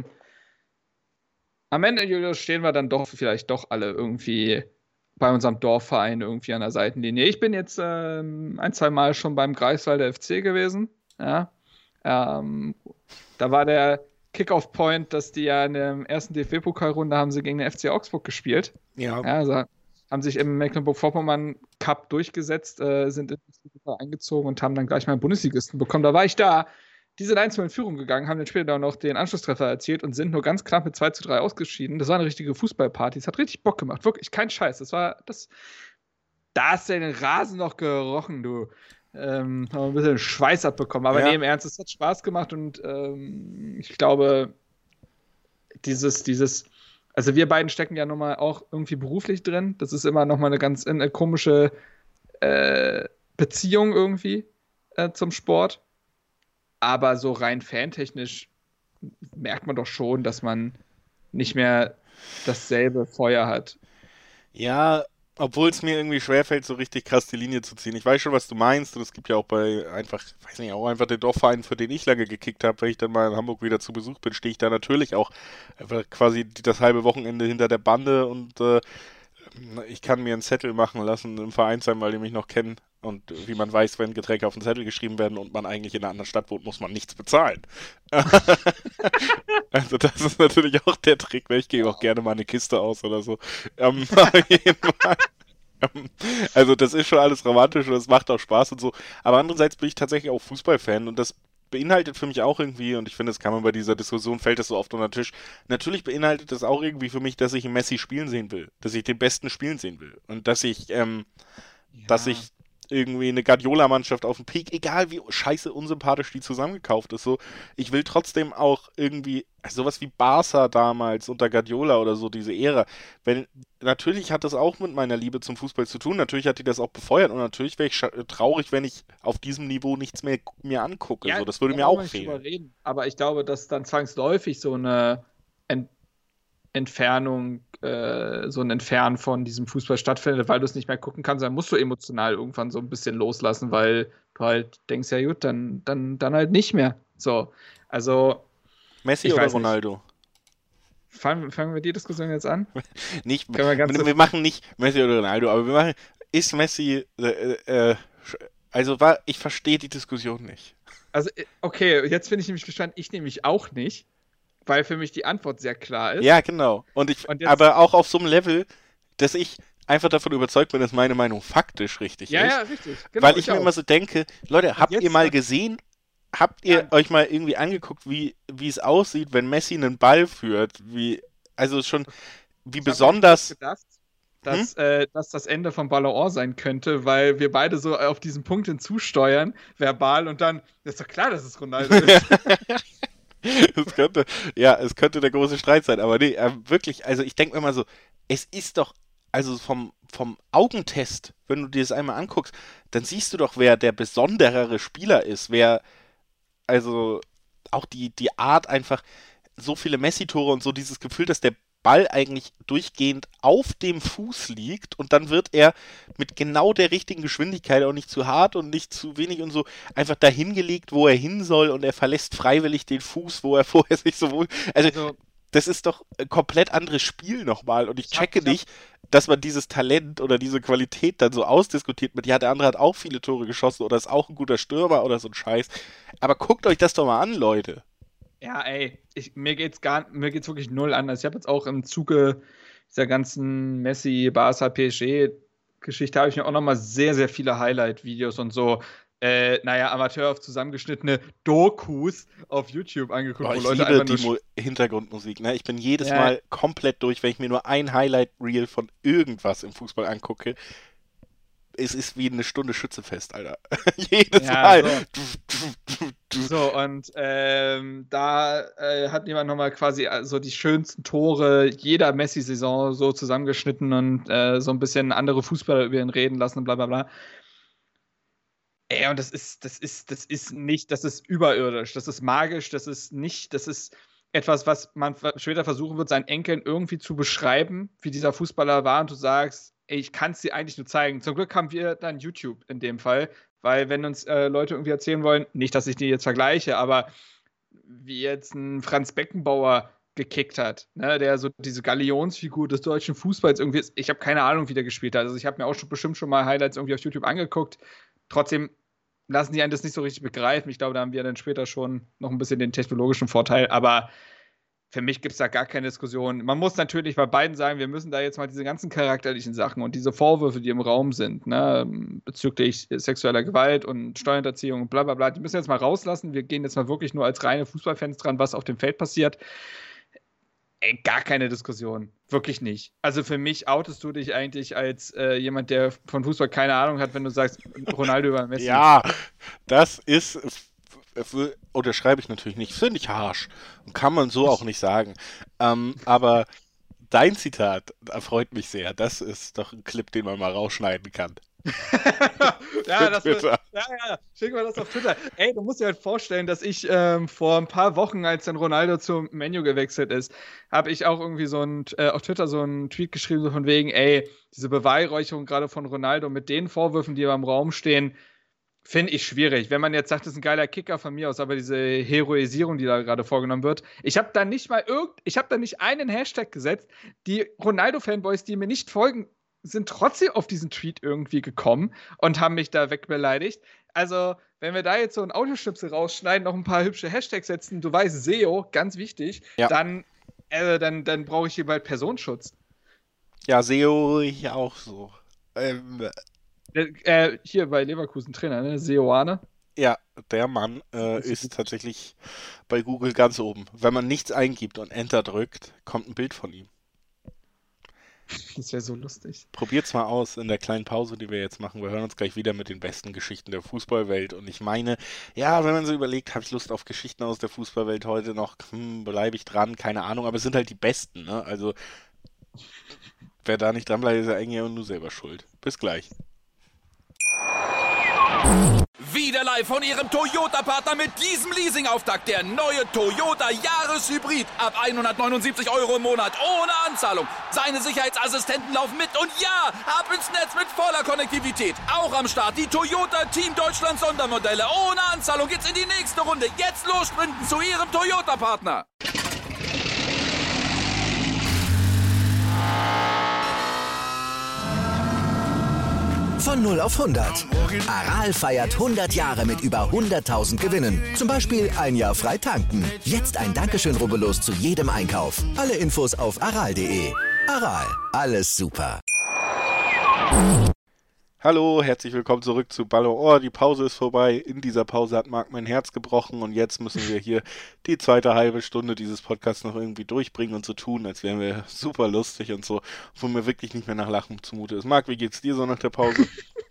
Am Ende, Julius, stehen wir dann doch vielleicht doch alle irgendwie bei unserem Dorfverein irgendwie an der Seitenlinie. Ich bin jetzt ähm, ein, zwei Mal schon beim Greifswalder F C gewesen. Ja. Ähm, da war der Kick-Off-Point, dass die ja in der ersten D F B-Pokalrunde haben sie gegen den F C Augsburg gespielt. Ja. Ja, also haben sich im Mecklenburg-Vorpommern Cup durchgesetzt, äh, sind in die eingezogen und haben dann gleich mal einen Bundesligisten bekommen. Da war ich da. Die sind eins zu null in Führung gegangen, haben dann später dann noch den Anschlusstreffer erzielt und sind nur ganz knapp mit zwei zu drei ausgeschieden. Das war eine richtige Fußballparty. Es hat richtig Bock gemacht. Wirklich, kein Scheiß. Das war, das, da hast du den Rasen noch gerochen, du. Ähm, haben ein bisschen Schweiß abbekommen. Aber Ja. nee, im Ernst, es hat Spaß gemacht und ähm, ich glaube, dieses, dieses, also wir beiden stecken ja nochmal auch irgendwie beruflich drin. Das ist immer nochmal eine ganz eine komische äh, Beziehung irgendwie äh, zum Sport. Aber so rein fantechnisch merkt man doch schon, dass man nicht mehr dasselbe Feuer hat. Ja, obwohl es mir irgendwie schwerfällt, so richtig krass die Linie zu ziehen. Ich weiß schon, was du meinst, und es gibt ja auch bei einfach, weiß nicht, auch einfach den Dorfverein, für den ich lange gekickt habe, wenn ich dann mal in Hamburg wieder zu Besuch bin, stehe ich da natürlich auch einfach quasi das halbe Wochenende hinter der Bande und äh, ich kann mir einen Zettel machen lassen im Vereinsheim, weil die mich noch kennen. Und wie man weiß, wenn Getränke auf den Zettel geschrieben werden und man eigentlich in einer anderen Stadt wohnt, muss man nichts bezahlen. Also das ist natürlich auch der Trick. Ne? Ich gebe auch gerne mal eine Kiste aus oder so. Ähm, auf jeden Fall. Ähm, Also das ist schon alles romantisch und das macht auch Spaß und so. Aber andererseits bin ich tatsächlich auch Fußballfan und das beinhaltet für mich auch irgendwie, und ich finde, das kann man bei dieser Diskussion, fällt das so oft unter den Tisch, natürlich beinhaltet das auch irgendwie für mich, dass ich einen Messi spielen sehen will. Dass ich den Besten spielen sehen will. Und dass ich, ähm, dass ich irgendwie eine Guardiola-Mannschaft auf dem Peak, egal wie scheiße unsympathisch die zusammengekauft ist, so, ich will trotzdem auch irgendwie, sowas wie Barca damals unter Guardiola oder so, diese Ära, wenn, natürlich hat das auch mit meiner Liebe zum Fußball zu tun, natürlich hat die das auch befeuert und natürlich wäre ich scha- traurig, wenn ich auf diesem Niveau nichts mehr mir angucke, so, das würde mir auch fehlen. Reden. Aber ich glaube, dass dann zwangsläufig so eine Ent Entfernung, äh, so ein Entfernen von diesem Fußball stattfindet, weil du es nicht mehr gucken kannst, dann musst du emotional irgendwann so ein bisschen loslassen, weil du halt denkst, ja gut, dann, dann, dann halt nicht mehr. So, also Messi ich oder weiß nicht. Ronaldo? fangen, fangen wir die Diskussion jetzt an? Nicht, Können wir ganz wir, wir machen nicht Messi oder Ronaldo, aber wir machen, ist Messi, äh, äh, also war, ich verstehe die Diskussion nicht. Also, äh, okay, jetzt bin ich nämlich gespannt, ich nämlich auch nicht, weil für mich die Antwort sehr klar ist. Ja, genau. Und ich, Und jetzt- aber auch auf so einem Level, dass ich einfach davon überzeugt bin, dass meine Meinung faktisch richtig ja, ist. ja, richtig. Genau, weil ich, mir auch. immer so denke, Leute, habt jetzt ihr mal noch- gesehen, habt ihr Ja. euch mal irgendwie angeguckt, wie wie es aussieht, wenn Messi einen Ball führt? Wie, also schon, wie Ich hab mir besonders. gedacht, dass, äh, dass das Ende von Ballon d'Or sein könnte, weil wir beide so auf diesen Punkt hinzusteuern, verbal, und dann, das ist doch klar, dass es Ronaldo ist. Es könnte, ja, es könnte der große Streit sein, aber nee, äh, wirklich, also ich denke mir immer so, es ist doch, also vom, vom Augentest, wenn du dir das einmal anguckst, dann siehst du doch, wer der besonderere Spieler ist, wer, also auch die, die Art einfach, so viele Messi-Tore und so dieses Gefühl, dass der Ball eigentlich durchgehend auf dem Fuß liegt und dann wird er mit genau der richtigen Geschwindigkeit, auch nicht zu hart und nicht zu wenig und so, einfach dahin gelegt, wo er hin soll und er verlässt freiwillig den Fuß, wo er vorher sich so wohl. Also, Also, Das ist doch ein komplett anderes Spiel nochmal. Und ich checke nicht, dass man dieses Talent oder diese Qualität dann so ausdiskutiert mit, ja, der andere hat auch viele Tore geschossen oder ist auch ein guter Stürmer oder so ein Scheiß. Aber guckt euch das doch mal an, Leute. Ja, ey, ich, mir geht's gar, mir geht's wirklich null anders. Ich habe jetzt auch im Zuge dieser ganzen Messi, Barca, P S G-Geschichte habe ich mir auch nochmal sehr, sehr viele Highlight-Videos und so Äh, naja, Amateur auf zusammengeschnittene Dokus auf YouTube angeguckt, oh, wo ich Leute liebe einfach die nur Mo- Hintergrundmusik. Ne? Ich bin jedes Ja. Mal komplett durch, wenn ich mir nur ein Highlight-Reel von irgendwas im Fußball angucke. Es ist wie eine Stunde Schützefest, Alter. Jedes Ja, Mal. so. Du, du, du, du. So, und ähm, da äh, hat jemand nochmal quasi äh, so die schönsten Tore jeder Messi-Saison so zusammengeschnitten und äh, so ein bisschen andere Fußballer über ihn reden lassen und bla bla bla. Ey, und das ist, das ist, das ist nicht, das ist überirdisch, das ist magisch, das ist nicht, das ist etwas, was man später versuchen wird, seinen Enkeln irgendwie zu beschreiben, wie dieser Fußballer war, und du sagst, ey, ich kann es dir eigentlich nur zeigen. Zum Glück haben wir dann YouTube in dem Fall, weil wenn uns äh, Leute irgendwie erzählen wollen, nicht, dass ich die jetzt vergleiche, aber wie jetzt ein Franz Beckenbauer gekickt hat, ne, der so diese Galionsfigur des deutschen Fußballs irgendwie ist. Ich habe keine Ahnung, wie der gespielt hat. Also ich habe mir auch schon bestimmt schon mal Highlights irgendwie auf YouTube angeguckt. Trotzdem lassen die einen das nicht so richtig begreifen. Ich glaube, da haben wir dann später schon noch ein bisschen den technologischen Vorteil, aber für mich gibt es da gar keine Diskussion. Man muss natürlich bei beiden sagen, wir müssen da jetzt mal diese ganzen charakterlichen Sachen und diese Vorwürfe, die im Raum sind, ne, bezüglich sexueller Gewalt und Steuerhinterziehung und bla bla bla, die müssen wir jetzt mal rauslassen. Wir gehen jetzt mal wirklich nur als reine Fußballfans dran, was auf dem Feld passiert. Ey, gar keine Diskussion. Wirklich nicht. Also für mich outest du dich eigentlich als äh, jemand, der von Fußball keine Ahnung hat, wenn du sagst, Ronaldo über Messi. Ja, das ist, f- f- unterschreibe ich natürlich nicht, finde ich harsch. Und kann man so auch nicht sagen. Ähm, aber dein Zitat erfreut mich sehr. Das ist doch ein Clip, den man mal rausschneiden kann. ja, das wird, Twitter. ja, ja, schick mal das auf Twitter. Ey, du musst dir halt vorstellen, dass ich ähm, vor ein paar Wochen, als dann Ronaldo zum Man U gewechselt ist, habe ich auch irgendwie so ein, äh, auf Twitter so einen Tweet geschrieben, so von wegen, ey, diese Beweihräucherung gerade von Ronaldo mit den Vorwürfen, die im Raum stehen, finde ich schwierig. Wenn man jetzt sagt, das ist ein geiler Kicker von mir aus, aber diese Heroisierung, die da gerade vorgenommen wird, ich habe da nicht mal irgend, ich habe da nicht einen Hashtag gesetzt. Die Ronaldo-Fanboys, die mir nicht folgen, sind trotzdem auf diesen Tweet irgendwie gekommen und haben mich da wegbeleidigt. Also, wenn wir da jetzt so ein Audioschnipsel rausschneiden, noch ein paar hübsche Hashtags setzen, du weißt, S E O, ganz wichtig, Ja. dann, äh, dann, dann brauche ich hier bald Personenschutz. Ja, sehe ich auch so. Ähm, Äh, hier bei Leverkusen Trainer, ne? Seoane. ja, der Mann äh, ist tatsächlich bei Google ganz oben. Wenn man nichts eingibt und Enter drückt, kommt ein Bild von ihm. Das wäre so lustig. Probiert's mal aus in der kleinen Pause, die wir jetzt machen. Wir hören uns gleich wieder mit den besten Geschichten der Fußballwelt. Und ich meine, ja, wenn man so überlegt, habe ich Lust auf Geschichten aus der Fußballwelt heute noch, hm, bleibe ich dran, keine Ahnung, aber es sind halt die besten, ne? Also, wer da nicht dran bleibt, ist ja eigentlich nur selber schuld. Bis gleich. Wieder live von Ihrem Toyota-Partner mit diesem Leasing-Auftakt. Der neue Toyota Jahreshybrid. Ab hundertneunundsiebzig Euro im Monat. Ohne Anzahlung. Seine Sicherheitsassistenten laufen mit. Und ja, ab ins Netz mit voller Konnektivität. Auch am Start die Toyota Team Deutschland Sondermodelle. Ohne Anzahlung geht's in die nächste Runde. Jetzt los sprinten zu Ihrem Toyota-Partner. Von null auf hundert. Aral feiert hundert Jahre mit über hunderttausend Gewinnen. Zum Beispiel ein Jahr frei tanken. Jetzt ein Dankeschön, rubbellos zu jedem Einkauf. Alle Infos auf aral punkt de. Aral, alles super. Hallo, herzlich willkommen zurück zu Ballon d'Or. Die Pause ist vorbei. In dieser Pause hat Marc mein Herz gebrochen und jetzt müssen wir hier die zweite halbe Stunde dieses Podcasts noch irgendwie durchbringen und so tun, als wären wir super lustig und so, wo mir wirklich nicht mehr nach Lachen zumute ist. Marc, wie geht's dir so nach der Pause?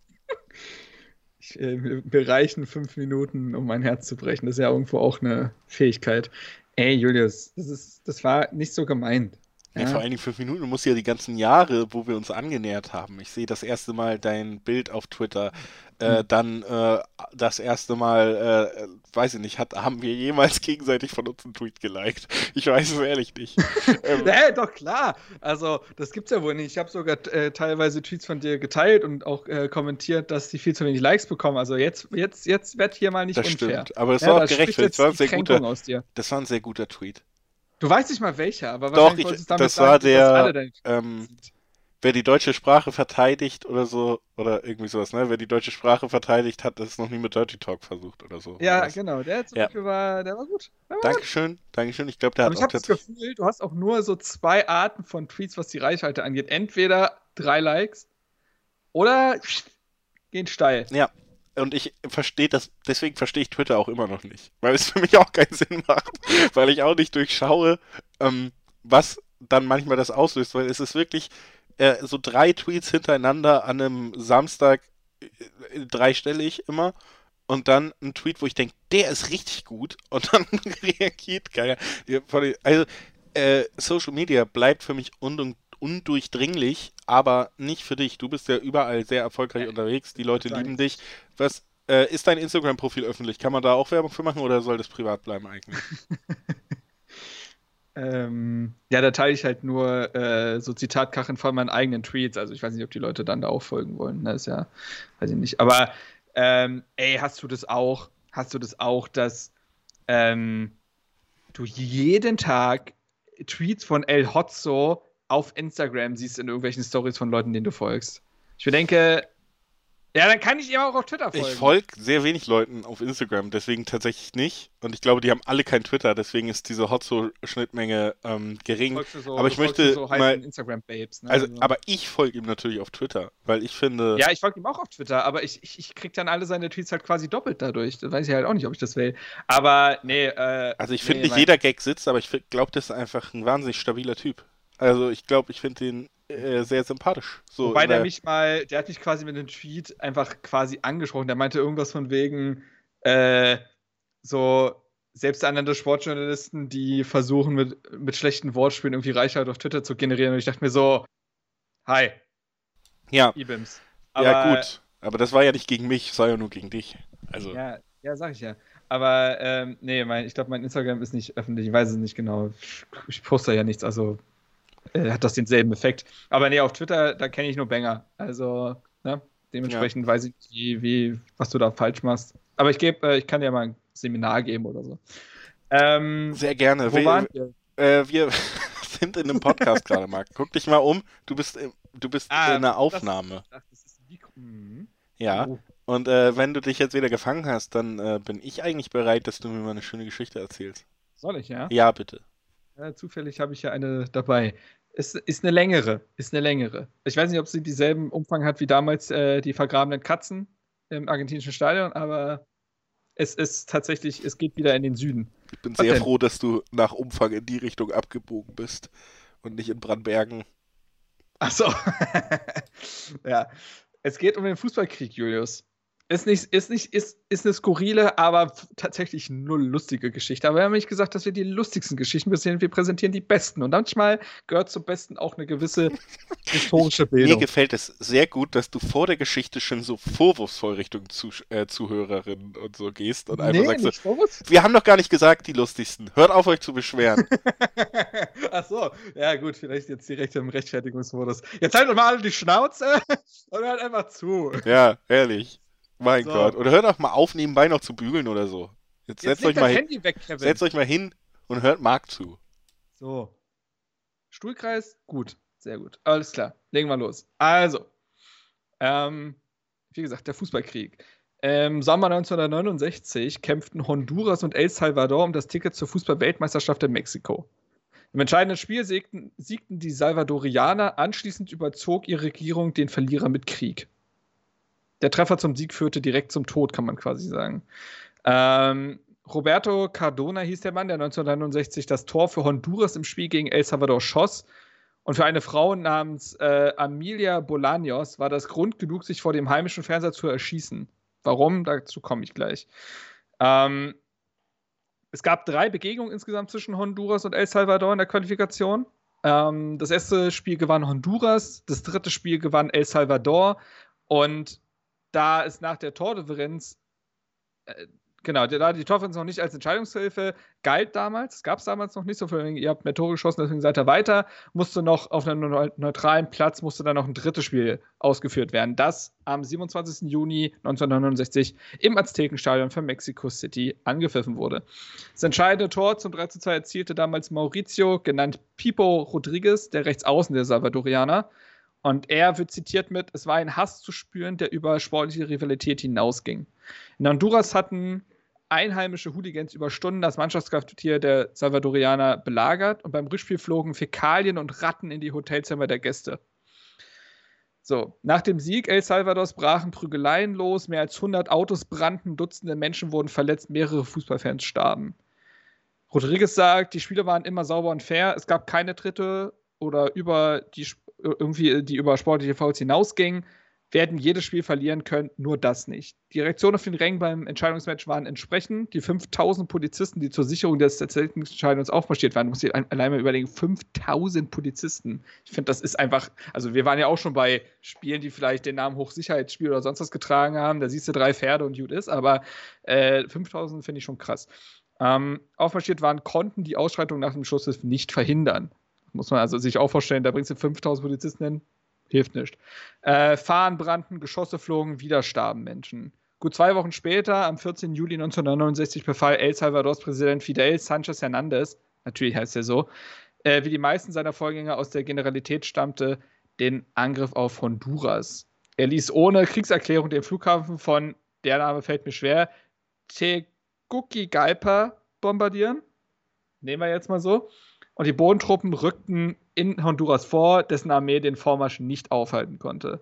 Ich, äh, mir reichen fünf Minuten, um mein Herz zu brechen. Das ist ja irgendwo auch eine Fähigkeit. Ey, Julius, das, ist, das war nicht so gemeint. Ja, vor allen Dingen fünf Minuten. Du musst ja die ganzen Jahre, wo wir uns angenähert haben. Ich sehe das erste Mal dein Bild auf Twitter, äh, Mhm. dann äh, das erste Mal, äh, weiß ich nicht, hat, haben wir jemals gegenseitig von uns einen Tweet geliked? Ich weiß es ehrlich nicht. ähm, Ja, doch klar. Also, das gibt's ja wohl nicht. Ich habe sogar äh, teilweise Tweets von dir geteilt und auch äh, kommentiert, dass die viel zu wenig Likes bekommen. Also jetzt, jetzt, jetzt wird hier mal nicht das unfair. stimmt, aber es Ja, war da auch gerechtfertigt. spricht Das war ein jetzt sehr die Kränkung guter, aus dir. das war ein sehr guter Tweet. Du weißt nicht mal welcher, aber Doch, wahrscheinlich wolltest ich, du damit das sagen, war dass alle der, deine ähm, sind. wer die deutsche Sprache verteidigt oder so, oder irgendwie sowas, ne? Wer die deutsche Sprache verteidigt, hat es noch nie mit Dirty Talk versucht oder so. Ja, war das. genau. Der zum Ja. Beispiel war, der war gut. Der war gut. Dankeschön, Dankeschön. Ich glaube, der Aber hat ich auch habe das tatsächlich. Gefühl, du hast auch nur so zwei Arten von Tweets, was die Reichweite angeht. Entweder drei Likes oder gehen steil. Ja, und ich verstehe das, deswegen verstehe ich Twitter auch immer noch nicht. Weil es für mich auch keinen Sinn macht. Weil ich auch nicht durchschaue, ähm, was dann manchmal das auslöst. Weil es ist wirklich äh, so drei Tweets hintereinander an einem Samstag, äh, dreistellig immer. Und dann ein Tweet, wo ich denke, der ist richtig gut. Und dann reagiert keiner. Also, äh, Social Media bleibt für mich un undurchdringlich, aber nicht für dich. Du bist ja überall sehr erfolgreich unterwegs. Die Leute lieben dich. Was äh, ist dein Instagram-Profil öffentlich? Kann man da auch Werbung für machen oder soll das privat bleiben eigentlich? ähm, ja, da teile ich halt nur äh, so Zitatkachen von meinen eigenen Tweets. Also ich weiß nicht, ob die Leute dann da auch folgen wollen. Das ist ja, weiß ich nicht. Aber ähm, ey, hast du das auch? Hast du das auch, dass ähm, du jeden Tag Tweets von El Hotzo auf Instagram siehst in irgendwelchen Stories von Leuten, denen du folgst? Ich denke, ja, dann kann ich ihm auch auf Twitter folgen. Ich folge sehr wenig Leuten auf Instagram, deswegen tatsächlich nicht. Und ich glaube, die haben alle kein Twitter, deswegen ist diese Hotzo-Schnittmenge ähm, gering. So, aber ich möchte so mal, Instagram-Babes, ne? also, also. aber ich folge ihm natürlich auf Twitter, weil ich finde... Ja, ich folge ihm auch auf Twitter, aber ich, ich, ich krieg dann alle seine Tweets halt quasi doppelt dadurch. Da weiß ich halt auch nicht, ob ich das will. Aber, nee, äh... Also ich finde nee, nicht mein... jeder Gag sitzt, aber ich glaube, das ist einfach ein wahnsinnig stabiler Typ. Also ich glaube, ich finde den äh, sehr sympathisch. So Wobei der der mich mal, der hat mich quasi mit einem Tweet einfach quasi angesprochen. Der meinte irgendwas von wegen, äh, so selbsternannte Sportjournalisten, die versuchen mit, mit schlechten Wortspielen irgendwie Reichweite auf Twitter zu generieren. Und ich dachte mir so, hi, ja, Ibims. ja gut, aber das war ja nicht gegen mich, das war ja nur gegen dich. Also. Ja, ja, sag ich ja. Aber ähm, nee, mein, ich glaube, mein Instagram ist nicht öffentlich, ich weiß es nicht genau. Ich poste ja nichts, also äh, hat das denselben Effekt. Aber nee, auf Twitter, da kenne ich nur Banger. Also, ne, dementsprechend ja. weiß ich nicht, wie, wie, was du da falsch machst. Aber ich gebe, äh, ich kann dir mal ein Seminar geben oder so. Ähm, Sehr gerne. Wo wir, waren wir? Äh, wir sind in einem Podcast gerade, Marc. Guck dich mal um, du bist, du bist ah, in einer Aufnahme. Das, das ist ein Mikro. Mhm. Ja. Oh. Und äh, wenn du dich jetzt wieder gefangen hast, dann äh, bin ich eigentlich bereit, dass du mir mal eine schöne Geschichte erzählst. Soll ich, ja? Ja, bitte. Ja, zufällig habe ich ja eine dabei. Es ist eine längere, ist eine längere. Ich weiß nicht, ob sie dieselben Umfang hat wie damals äh, die vergrabenen Katzen im argentinischen Stadion, aber es ist tatsächlich, es geht wieder in den Süden. Ich bin Was sehr denn? froh, dass du nach Umfang in die Richtung abgebogen bist und nicht in Brandbergen. Ach so. Ja. Es geht um den Fußballkrieg, Julius. Ist nicht, ist nicht, ist, ist eine skurrile, aber tatsächlich null lustige Geschichte. Aber wir haben nicht gesagt, dass wir die lustigsten Geschichten präsentieren. Wir präsentieren die besten. Und manchmal gehört zum Besten auch eine gewisse historische Bildung. Mir gefällt es sehr gut, dass du vor der Geschichte schon so vorwurfsvoll Richtung Zuh äh, Zuhörerinnen und so gehst und einfach nee, sagst nicht so, Vorwurf. wir haben doch gar nicht gesagt, die lustigsten. Hört auf, euch zu beschweren. Ach so, ja gut, vielleicht jetzt direkt im Rechtfertigungsmodus. Jetzt halt doch mal alle die Schnauze und hört einfach zu. Ja, ehrlich. Mein So. Gott. Oder hört doch mal auf, nebenbei noch zu bügeln oder so. Jetzt, Jetzt setzt, euch leg mal das hin, Handy weg, Kevin. setzt euch mal hin und hört Marc zu. So. Stuhlkreis, gut. Sehr gut. Alles klar. Legen wir los. Also, ähm, wie gesagt, der Fußballkrieg. Im Sommer neunzehnhundertneunundsechzig kämpften Honduras und El Salvador um das Ticket zur Fußball-Weltmeisterschaft in Mexiko. Im entscheidenden Spiel siegten, siegten die Salvadorianer, anschließend überzog ihre Regierung den Verlierer mit Krieg. Der Treffer zum Sieg führte direkt zum Tod, kann man quasi sagen. Ähm, Roberto Cardona hieß der Mann, der neunzehnhundertneunundsechzig das Tor für Honduras im Spiel gegen El Salvador schoss. Und für eine Frau namens äh, Amelia Bolaños war das Grund genug, sich vor dem heimischen Fernseher zu erschießen. Warum? Dazu komme ich gleich. Ähm, es gab drei Begegnungen insgesamt zwischen Honduras und El Salvador in der Qualifikation. Ähm, das erste Spiel gewann Honduras, das dritte Spiel gewann El Salvador und da es nach der Tordifferenz äh, Genau, da die Torfenster noch nicht als Entscheidungshilfe galt damals, das gab es damals noch nicht so, für, ihr habt mehr Tore geschossen, deswegen seid ihr weiter, musste noch auf einem neutralen Platz, musste dann noch ein drittes Spiel ausgeführt werden, das am siebenundzwanzigsten Juni neunzehnhundertneunundsechzig im Aztekenstadion von Mexico City angepfiffen wurde. Das entscheidende Tor zum drei zu zwei erzielte damals Mauricio, genannt Pipo Rodriguez, der Rechtsaußen der Salvadorianer. Und er wird zitiert mit, es war ein Hass zu spüren, der über sportliche Rivalität hinausging. In Honduras hatten einheimische Hooligans über Stunden das Mannschaftskrafttier der Salvadorianer belagert und beim Rückspiel flogen Fäkalien und Ratten in die Hotelzimmer der Gäste. So, nach dem Sieg El Salvadors brachen Prügeleien los, mehr als hundert Autos brannten, Dutzende Menschen wurden verletzt, mehrere Fußballfans starben. Rodriguez sagt, die Spiele waren immer sauber und fair, es gab keine Tritte oder über die irgendwie die über sportliche Fouls hinausgingen, werden jedes Spiel verlieren können, nur das nicht. Die Reaktionen auf den Rängen beim Entscheidungsmatch waren entsprechend. Die fünftausend Polizisten, die zur Sicherung des erzählten Entscheidungs aufmarschiert waren, muss ich allein mal überlegen, fünftausend Polizisten. Ich finde, das ist einfach, also wir waren ja auch schon bei Spielen, die vielleicht den Namen Hochsicherheitsspiel oder sonst was getragen haben, da siehst du drei Pferde und gut ist, aber äh, fünftausend finde ich schon krass. Ähm, aufmarschiert waren, konnten die Ausschreitung nach dem Schusspfiff nicht verhindern. Muss man also sich auch vorstellen, da bringst du fünftausend Polizisten hin, hilft nicht. Äh, Fahnen brannten, Geschosse flogen, wieder starben Menschen. Gut zwei Wochen später, am vierzehnten Juli neunzehnhundertneunundsechzig, befahl El Salvadors Präsident Fidel Sánchez Hernández, natürlich heißt er so, äh, wie die meisten seiner Vorgänger aus der Generalität stammte, den Angriff auf Honduras. Er ließ ohne Kriegserklärung den Flughafen von, der Name fällt mir schwer, Tegucigalpa bombardieren. Nehmen wir jetzt mal so. Und die Bodentruppen rückten in Honduras vor, dessen Armee den Vormarsch nicht aufhalten konnte.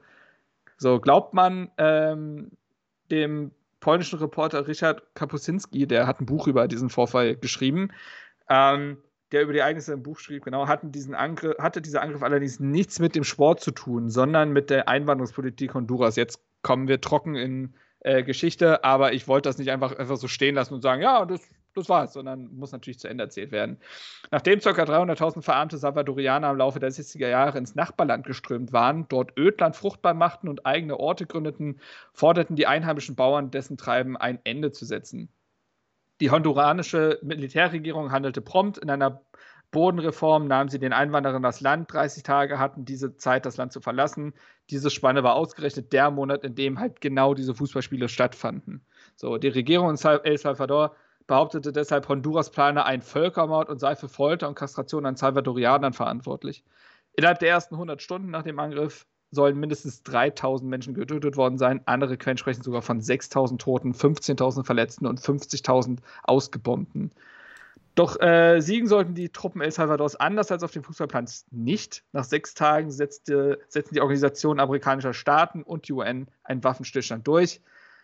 So glaubt man ähm, dem polnischen Reporter Richard Kapuscinski, der hat ein Buch über diesen Vorfall geschrieben, ähm, der über die Ereignisse im Buch schrieb, genau, hatten diesen Angriff, hatte dieser Angriff allerdings nichts mit dem Sport zu tun, sondern mit der Einwanderungspolitik Honduras. Jetzt kommen wir trocken in äh, Geschichte, aber ich wollte das nicht einfach, einfach so stehen lassen und sagen, ja, das Das war's, sondern muss natürlich zu Ende erzählt werden. Nachdem ca. dreihunderttausend verarmte Salvadorianer im Laufe der sechziger Jahre ins Nachbarland geströmt waren, dort Ödland fruchtbar machten und eigene Orte gründeten, forderten die einheimischen Bauern, dessen Treiben ein Ende zu setzen. Die honduranische Militärregierung handelte prompt. In einer Bodenreform nahmen sie den Einwanderern das Land. dreißig Tage hatten diese Zeit, das Land zu verlassen. Diese Spanne war ausgerechnet der Monat, in dem halt genau diese Fußballspiele stattfanden. So, die Regierung in El Salvador behauptete deshalb, Honduras plane einen Völkermord und sei für Folter und Kastration an Salvadorianern verantwortlich. Innerhalb der ersten hundert Stunden nach dem Angriff sollen mindestens dreitausend Menschen getötet worden sein. Andere Quellen sprechen sogar von sechstausend Toten, fünfzehntausend Verletzten und fünfzigtausend Ausgebombten. Doch äh, siegen sollten die Truppen El Salvadors anders als auf dem Fußballplan nicht. Nach sechs Tagen setzte, setzten die Organisation amerikanischer Staaten und die U N einen Waffenstillstand durch.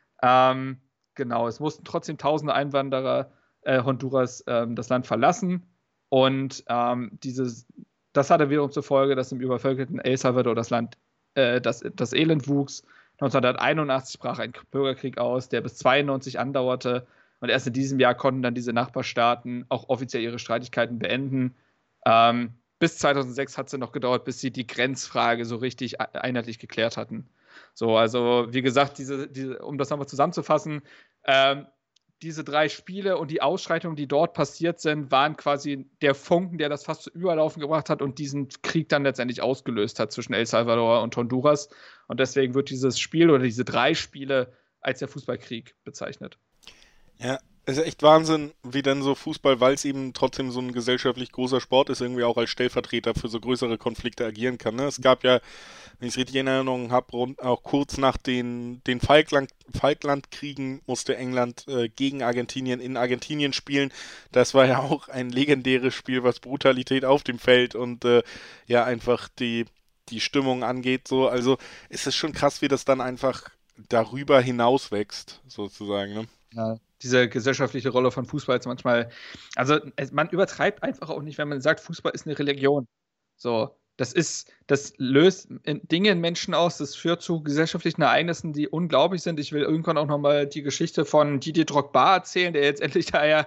Ähm, Genau, es mussten trotzdem tausende Einwanderer äh, Honduras ähm, das Land verlassen. Und ähm, dieses, das hatte wiederum zur Folge, dass im übervölkerten El Salvador das Land, äh, das, das Elend wuchs. neunzehnhunderteinundachtzig brach ein Bürgerkrieg aus, der bis zweiundneunzig andauerte. Und erst in diesem Jahr konnten dann diese Nachbarstaaten auch offiziell ihre Streitigkeiten beenden. Ähm, bis zweitausendsechs hat es dann noch gedauert, bis sie die Grenzfrage so richtig einheitlich geklärt hatten. So, also wie gesagt, diese, diese, um das nochmal zusammenzufassen, ähm, diese drei Spiele und die Ausschreitungen, die dort passiert sind, waren quasi der Funken, der das fast zu Überlaufen gebracht hat und diesen Krieg dann letztendlich ausgelöst hat zwischen El Salvador und Honduras. Und deswegen wird dieses Spiel oder diese drei Spiele als der Fußballkrieg bezeichnet. Ja, es ist echt Wahnsinn, wie denn so Fußball, weil es eben trotzdem so ein gesellschaftlich großer Sport ist, irgendwie auch als Stellvertreter für so größere Konflikte agieren kann. Ne? Es gab ja, wenn ich es richtig in Erinnerung habe, auch kurz nach den, den Falkland, Falklandkriegen musste England äh, gegen Argentinien in Argentinien spielen. Das war ja auch ein legendäres Spiel, was Brutalität auf dem Feld und äh, ja einfach die, die Stimmung angeht. So. Also es ist schon krass, wie das dann einfach darüber hinaus wächst, sozusagen. Ne? Ja. Diese gesellschaftliche Rolle von Fußball ist manchmal, also man übertreibt einfach auch nicht, wenn man sagt, Fußball ist eine Religion. So, das ist, das löst Dinge in Menschen aus, das führt zu gesellschaftlichen Ereignissen, die unglaublich sind. Ich will irgendwann auch nochmal die Geschichte von Didier Drogba erzählen, der jetzt endlich da ja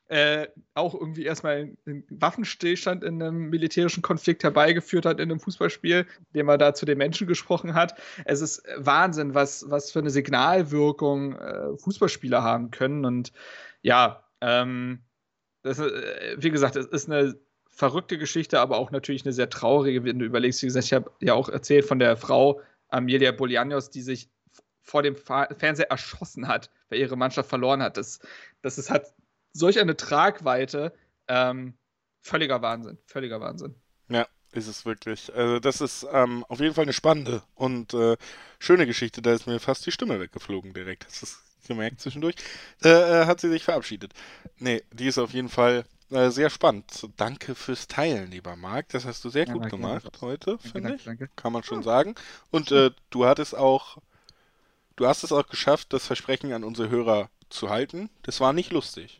äh, auch irgendwie erstmal einen Waffenstillstand in einem militärischen Konflikt herbeigeführt hat in einem Fußballspiel, dem er da zu den Menschen gesprochen hat. Es ist Wahnsinn, was, was für eine Signalwirkung äh, Fußballspieler haben können. Und ja, ähm, das, äh, wie gesagt, es ist eine verrückte Geschichte, aber auch natürlich eine sehr traurige, wenn du überlegst. Wie gesagt, ich habe ja auch erzählt von der Frau Amelia Bolaños, die sich vor dem Fa- Fernseher erschossen hat, weil ihre Mannschaft verloren hat. Das, das ist, hat solch eine Tragweite. Ähm, völliger Wahnsinn. Völliger Wahnsinn. Ja, ist es wirklich. Also das ist ähm, auf jeden Fall eine spannende und äh, schöne Geschichte. Da ist mir fast die Stimme weggeflogen direkt. Hast du das gemerkt zwischendurch? Äh, hat sie sich verabschiedet. Nee, die ist auf jeden Fall äh, sehr spannend. Danke fürs Teilen, lieber Marc. Das hast du sehr Ja, gut danke. gemacht heute, Danke, finde danke, ich. danke. Kann man schon sagen. Und äh, du hattest auch, du hast es auch geschafft, das Versprechen an unsere Hörer zu halten. Das war nicht lustig.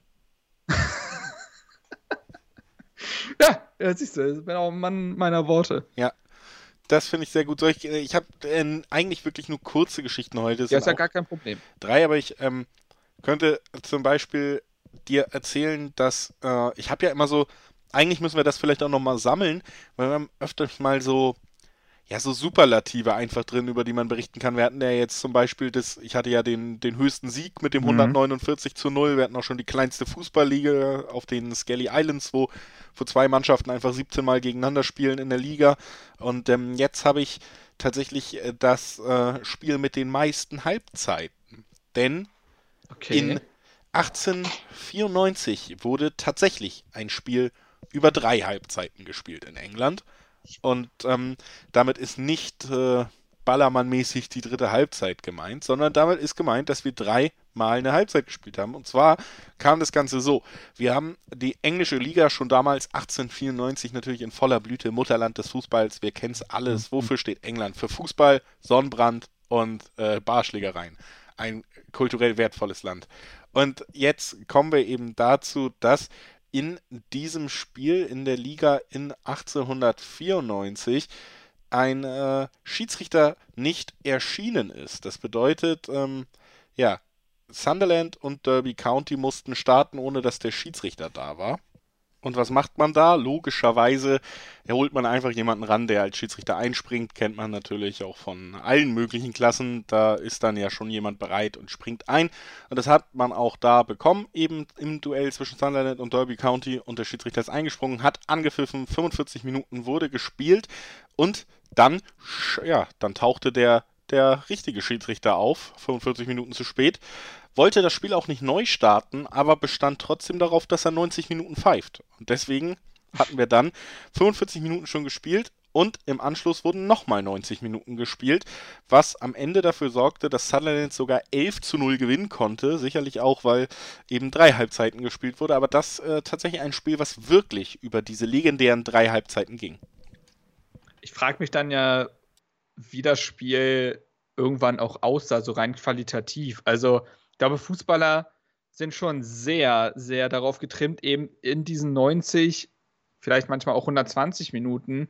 Ja, ja, siehst du, ich bin auch ein Mann meiner Worte. Ja, das finde ich sehr gut. Soll ich ich habe äh, eigentlich wirklich nur kurze Geschichten heute. Es Ja, sind ist ja auch gar kein Problem. drei, aber ich ähm, könnte zum Beispiel dir erzählen, dass äh, ich habe ja immer so, eigentlich müssen wir das vielleicht auch nochmal sammeln, weil wir haben öfters mal so, ja, so Superlative einfach drin, über die man berichten kann. Wir hatten ja jetzt zum Beispiel das, ich hatte ja den, den höchsten Sieg mit dem Mhm. hundertneunundvierzig zu null. Wir hatten auch schon die kleinste Fußballliga auf den Skelly Islands, wo, wo zwei Mannschaften einfach siebzehn Mal gegeneinander spielen in der Liga. Und ähm, jetzt habe ich tatsächlich äh, das äh, Spiel mit den meisten Halbzeiten. Denn Okay. in achtzehnhundertvierundneunzig wurde tatsächlich ein Spiel über drei Halbzeiten gespielt in England. Und ähm, damit ist nicht äh, Ballermann-mäßig die dritte Halbzeit gemeint, sondern damit ist gemeint, dass wir dreimal eine Halbzeit gespielt haben. Und zwar kam das Ganze so. Wir haben die englische Liga schon damals achtzehnhundertvierundneunzig natürlich in voller Blüte, Mutterland des Fußballs. Wir kennen es alles. Wofür steht England? Für Fußball, Sonnenbrand und äh, Barschlägereien. Ein kulturell wertvolles Land. Und jetzt kommen wir eben dazu, dass in diesem Spiel in der Liga in achtzehnhundertvierundneunzig ein äh, Schiedsrichter nicht erschienen ist. Das bedeutet, ähm, ja, Sunderland und Derby County mussten starten, ohne dass der Schiedsrichter da war. Und was macht man da? Logischerweise holt man einfach jemanden ran, der als Schiedsrichter einspringt. Kennt man natürlich auch von allen möglichen Klassen. Da ist dann ja schon jemand bereit und springt ein. Und das hat man auch da bekommen, eben im Duell zwischen Sunderland und Derby County. Und der Schiedsrichter ist eingesprungen, hat angepfiffen, fünfundvierzig Minuten wurde gespielt. Und dann, ja, dann tauchte der, der richtige Schiedsrichter auf, fünfundvierzig Minuten zu spät. Wollte das Spiel auch nicht neu starten, aber bestand trotzdem darauf, dass er neunzig Minuten pfeift. Und deswegen hatten wir dann fünfundvierzig Minuten schon gespielt und im Anschluss wurden nochmal neunzig Minuten gespielt, was am Ende dafür sorgte, dass Sunderland sogar elf zu null gewinnen konnte. Sicherlich auch, weil eben drei Halbzeiten gespielt wurde, aber das äh, tatsächlich ein Spiel, was wirklich über diese legendären drei Halbzeiten ging. Ich frage mich dann ja, wie das Spiel irgendwann auch aussah, so rein qualitativ. Also ich glaube, Fußballer sind schon sehr, sehr darauf getrimmt, eben in diesen neunzig, vielleicht manchmal auch hundertzwanzig Minuten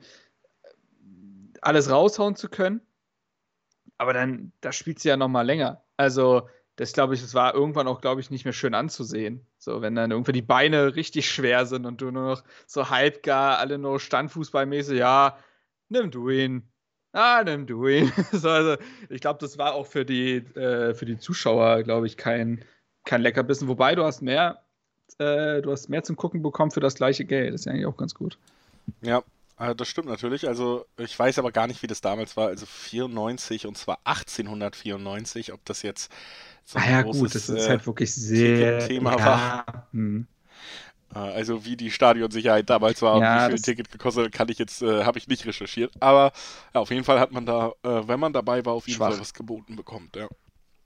alles raushauen zu können. Aber dann, da spielt sie ja noch mal länger. Also das glaube ich, das war irgendwann auch, glaube ich, nicht mehr schön anzusehen. So, wenn dann irgendwie die Beine richtig schwer sind und du nur noch so halbgar, alle nur standfußballmäßig, ja, nimm du ihn. Ah, nimm du ihn. So, also, ich glaube, das war auch für die, äh, für die Zuschauer, glaube ich, kein, kein Leckerbissen. Wobei, du hast mehr, äh, du hast mehr zum Gucken bekommen für das gleiche Geld. Das ist ja eigentlich auch ganz gut. Ja, äh, das stimmt natürlich. Also ich weiß aber gar nicht, wie das damals war. Also vierundneunzig und zwar achtzehnhundertvierundneunzig, ob das jetzt so ein Ah ja, großes gut, das ist äh, halt wirklich sehr Ticketthema ja. war. Hm. Also wie die Stadionsicherheit damals war Ja, und wie viel das- ein Ticket gekostet hat, kann ich jetzt, äh, habe ich nicht recherchiert. Aber ja, auf jeden Fall hat man da, äh, wenn man dabei war, auf jeden Schwach. Fall was geboten bekommt. Ja.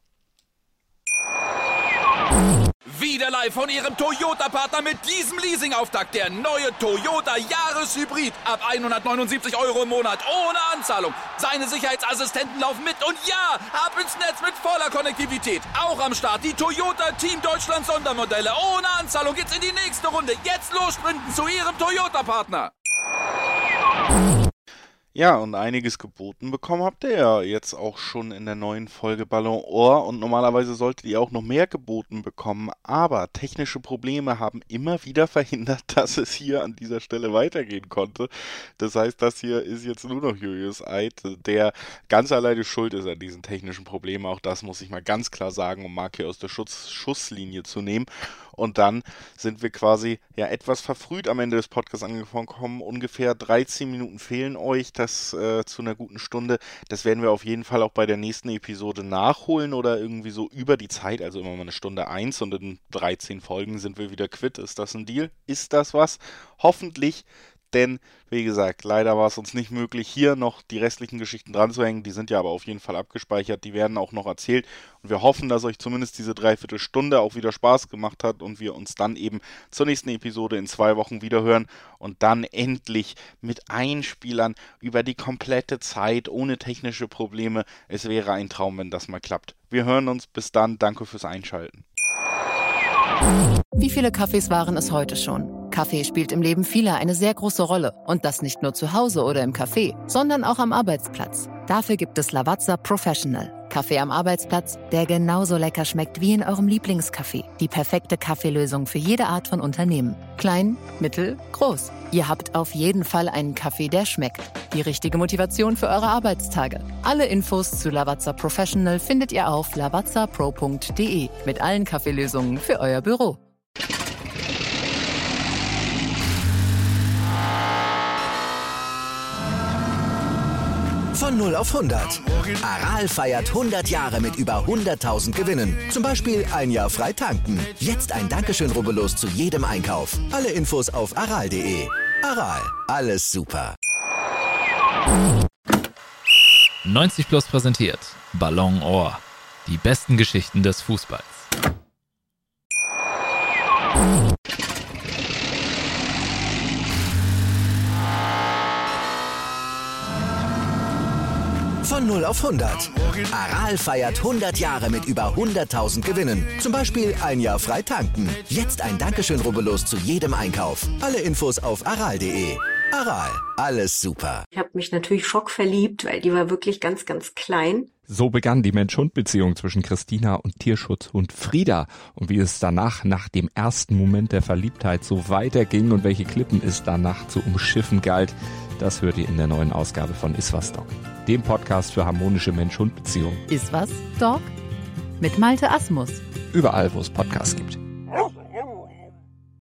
Wieder live von Ihrem Toyota-Partner mit diesem Leasing-Auftakt. Der neue Toyota Jahreshybrid. Ab hundertneunundsiebzig Euro im Monat. Ohne Anzahlung. Seine Sicherheitsassistenten laufen mit. Und ja, ab ins Netz mit voller Konnektivität. Auch am Start die Toyota Team Deutschland Sondermodelle. Ohne Anzahlung geht's in die nächste Runde. Jetzt los sprinten zu Ihrem Toyota-Partner. Ja, und einiges geboten bekommen habt ihr ja jetzt auch schon in der neuen Folge Ballon Ohr und normalerweise solltet ihr auch noch mehr geboten bekommen, aber technische Probleme haben immer wieder verhindert, dass es hier an dieser Stelle weitergehen konnte. Das heißt, das hier ist jetzt nur noch Julius Eid, der ganz alleine schuld ist an diesen technischen Problemen. Auch das muss ich mal ganz klar sagen, um Marc hier aus der Schutz- Schusslinie zu nehmen. Und dann sind wir quasi ja etwas verfrüht am Ende des Podcasts angekommen. Ungefähr dreizehn Minuten fehlen euch, das äh, zu einer guten Stunde. Das werden wir auf jeden Fall auch bei der nächsten Episode nachholen oder irgendwie so über die Zeit, also immer mal eine Stunde eins und in dreizehn Folgen sind wir wieder quitt. Ist das ein Deal? Ist das was? Hoffentlich. Denn, wie gesagt, leider war es uns nicht möglich, hier noch die restlichen Geschichten dran zu hängen. Die sind ja aber auf jeden Fall abgespeichert. Die werden auch noch erzählt. Und wir hoffen, dass euch zumindest diese Dreiviertelstunde auch wieder Spaß gemacht hat und wir uns dann eben zur nächsten Episode in zwei Wochen wieder hören und dann endlich mit Einspielern über die komplette Zeit ohne technische Probleme. Es wäre ein Traum, wenn das mal klappt. Wir hören uns. Bis dann. Danke fürs Einschalten. Wie viele Kaffees waren es heute schon? Kaffee spielt im Leben vieler eine sehr große Rolle. Und das nicht nur zu Hause oder im Café, sondern auch am Arbeitsplatz. Dafür gibt es Lavazza Professional. Kaffee am Arbeitsplatz, der genauso lecker schmeckt wie in eurem Lieblingscafé. Die perfekte Kaffeelösung für jede Art von Unternehmen. Klein, mittel, groß. Ihr habt auf jeden Fall einen Kaffee, der schmeckt. Die richtige Motivation für eure Arbeitstage. Alle Infos zu Lavazza Professional findet ihr auf lavazza pro punkt de mit allen Kaffeelösungen für euer Büro. Von null auf hundert. Aral feiert hundert Jahre mit über hunderttausend Gewinnen. Zum Beispiel ein Jahr frei tanken. Jetzt ein Dankeschön, rubbellos zu jedem Einkauf. Alle Infos auf aral punkt de. Aral, alles super. neunzig Plus präsentiert Ballon Ohr. Die besten Geschichten des Fußballs. Von null auf hundert. Aral feiert hundert Jahre mit über hunderttausend Gewinnen. Zum Beispiel ein Jahr frei tanken. Jetzt ein Dankeschön, rubbellos zu jedem Einkauf. Alle Infos auf aral punkt de. Aral, alles super. Ich habe mich natürlich schockverliebt, weil die war wirklich ganz, ganz klein. So begann die Mensch-Hund-Beziehung zwischen Christina und Tierschutzhund Frieda. Und wie es danach, nach dem ersten Moment der Verliebtheit, so weiterging und welche Klippen es danach zu umschiffen galt, das hört ihr in der neuen Ausgabe von Iswas Dog, dem Podcast für harmonische Mensch-Hund-Beziehungen. Iswas Dog? Mit Malte Asmus. Überall, wo es Podcasts gibt.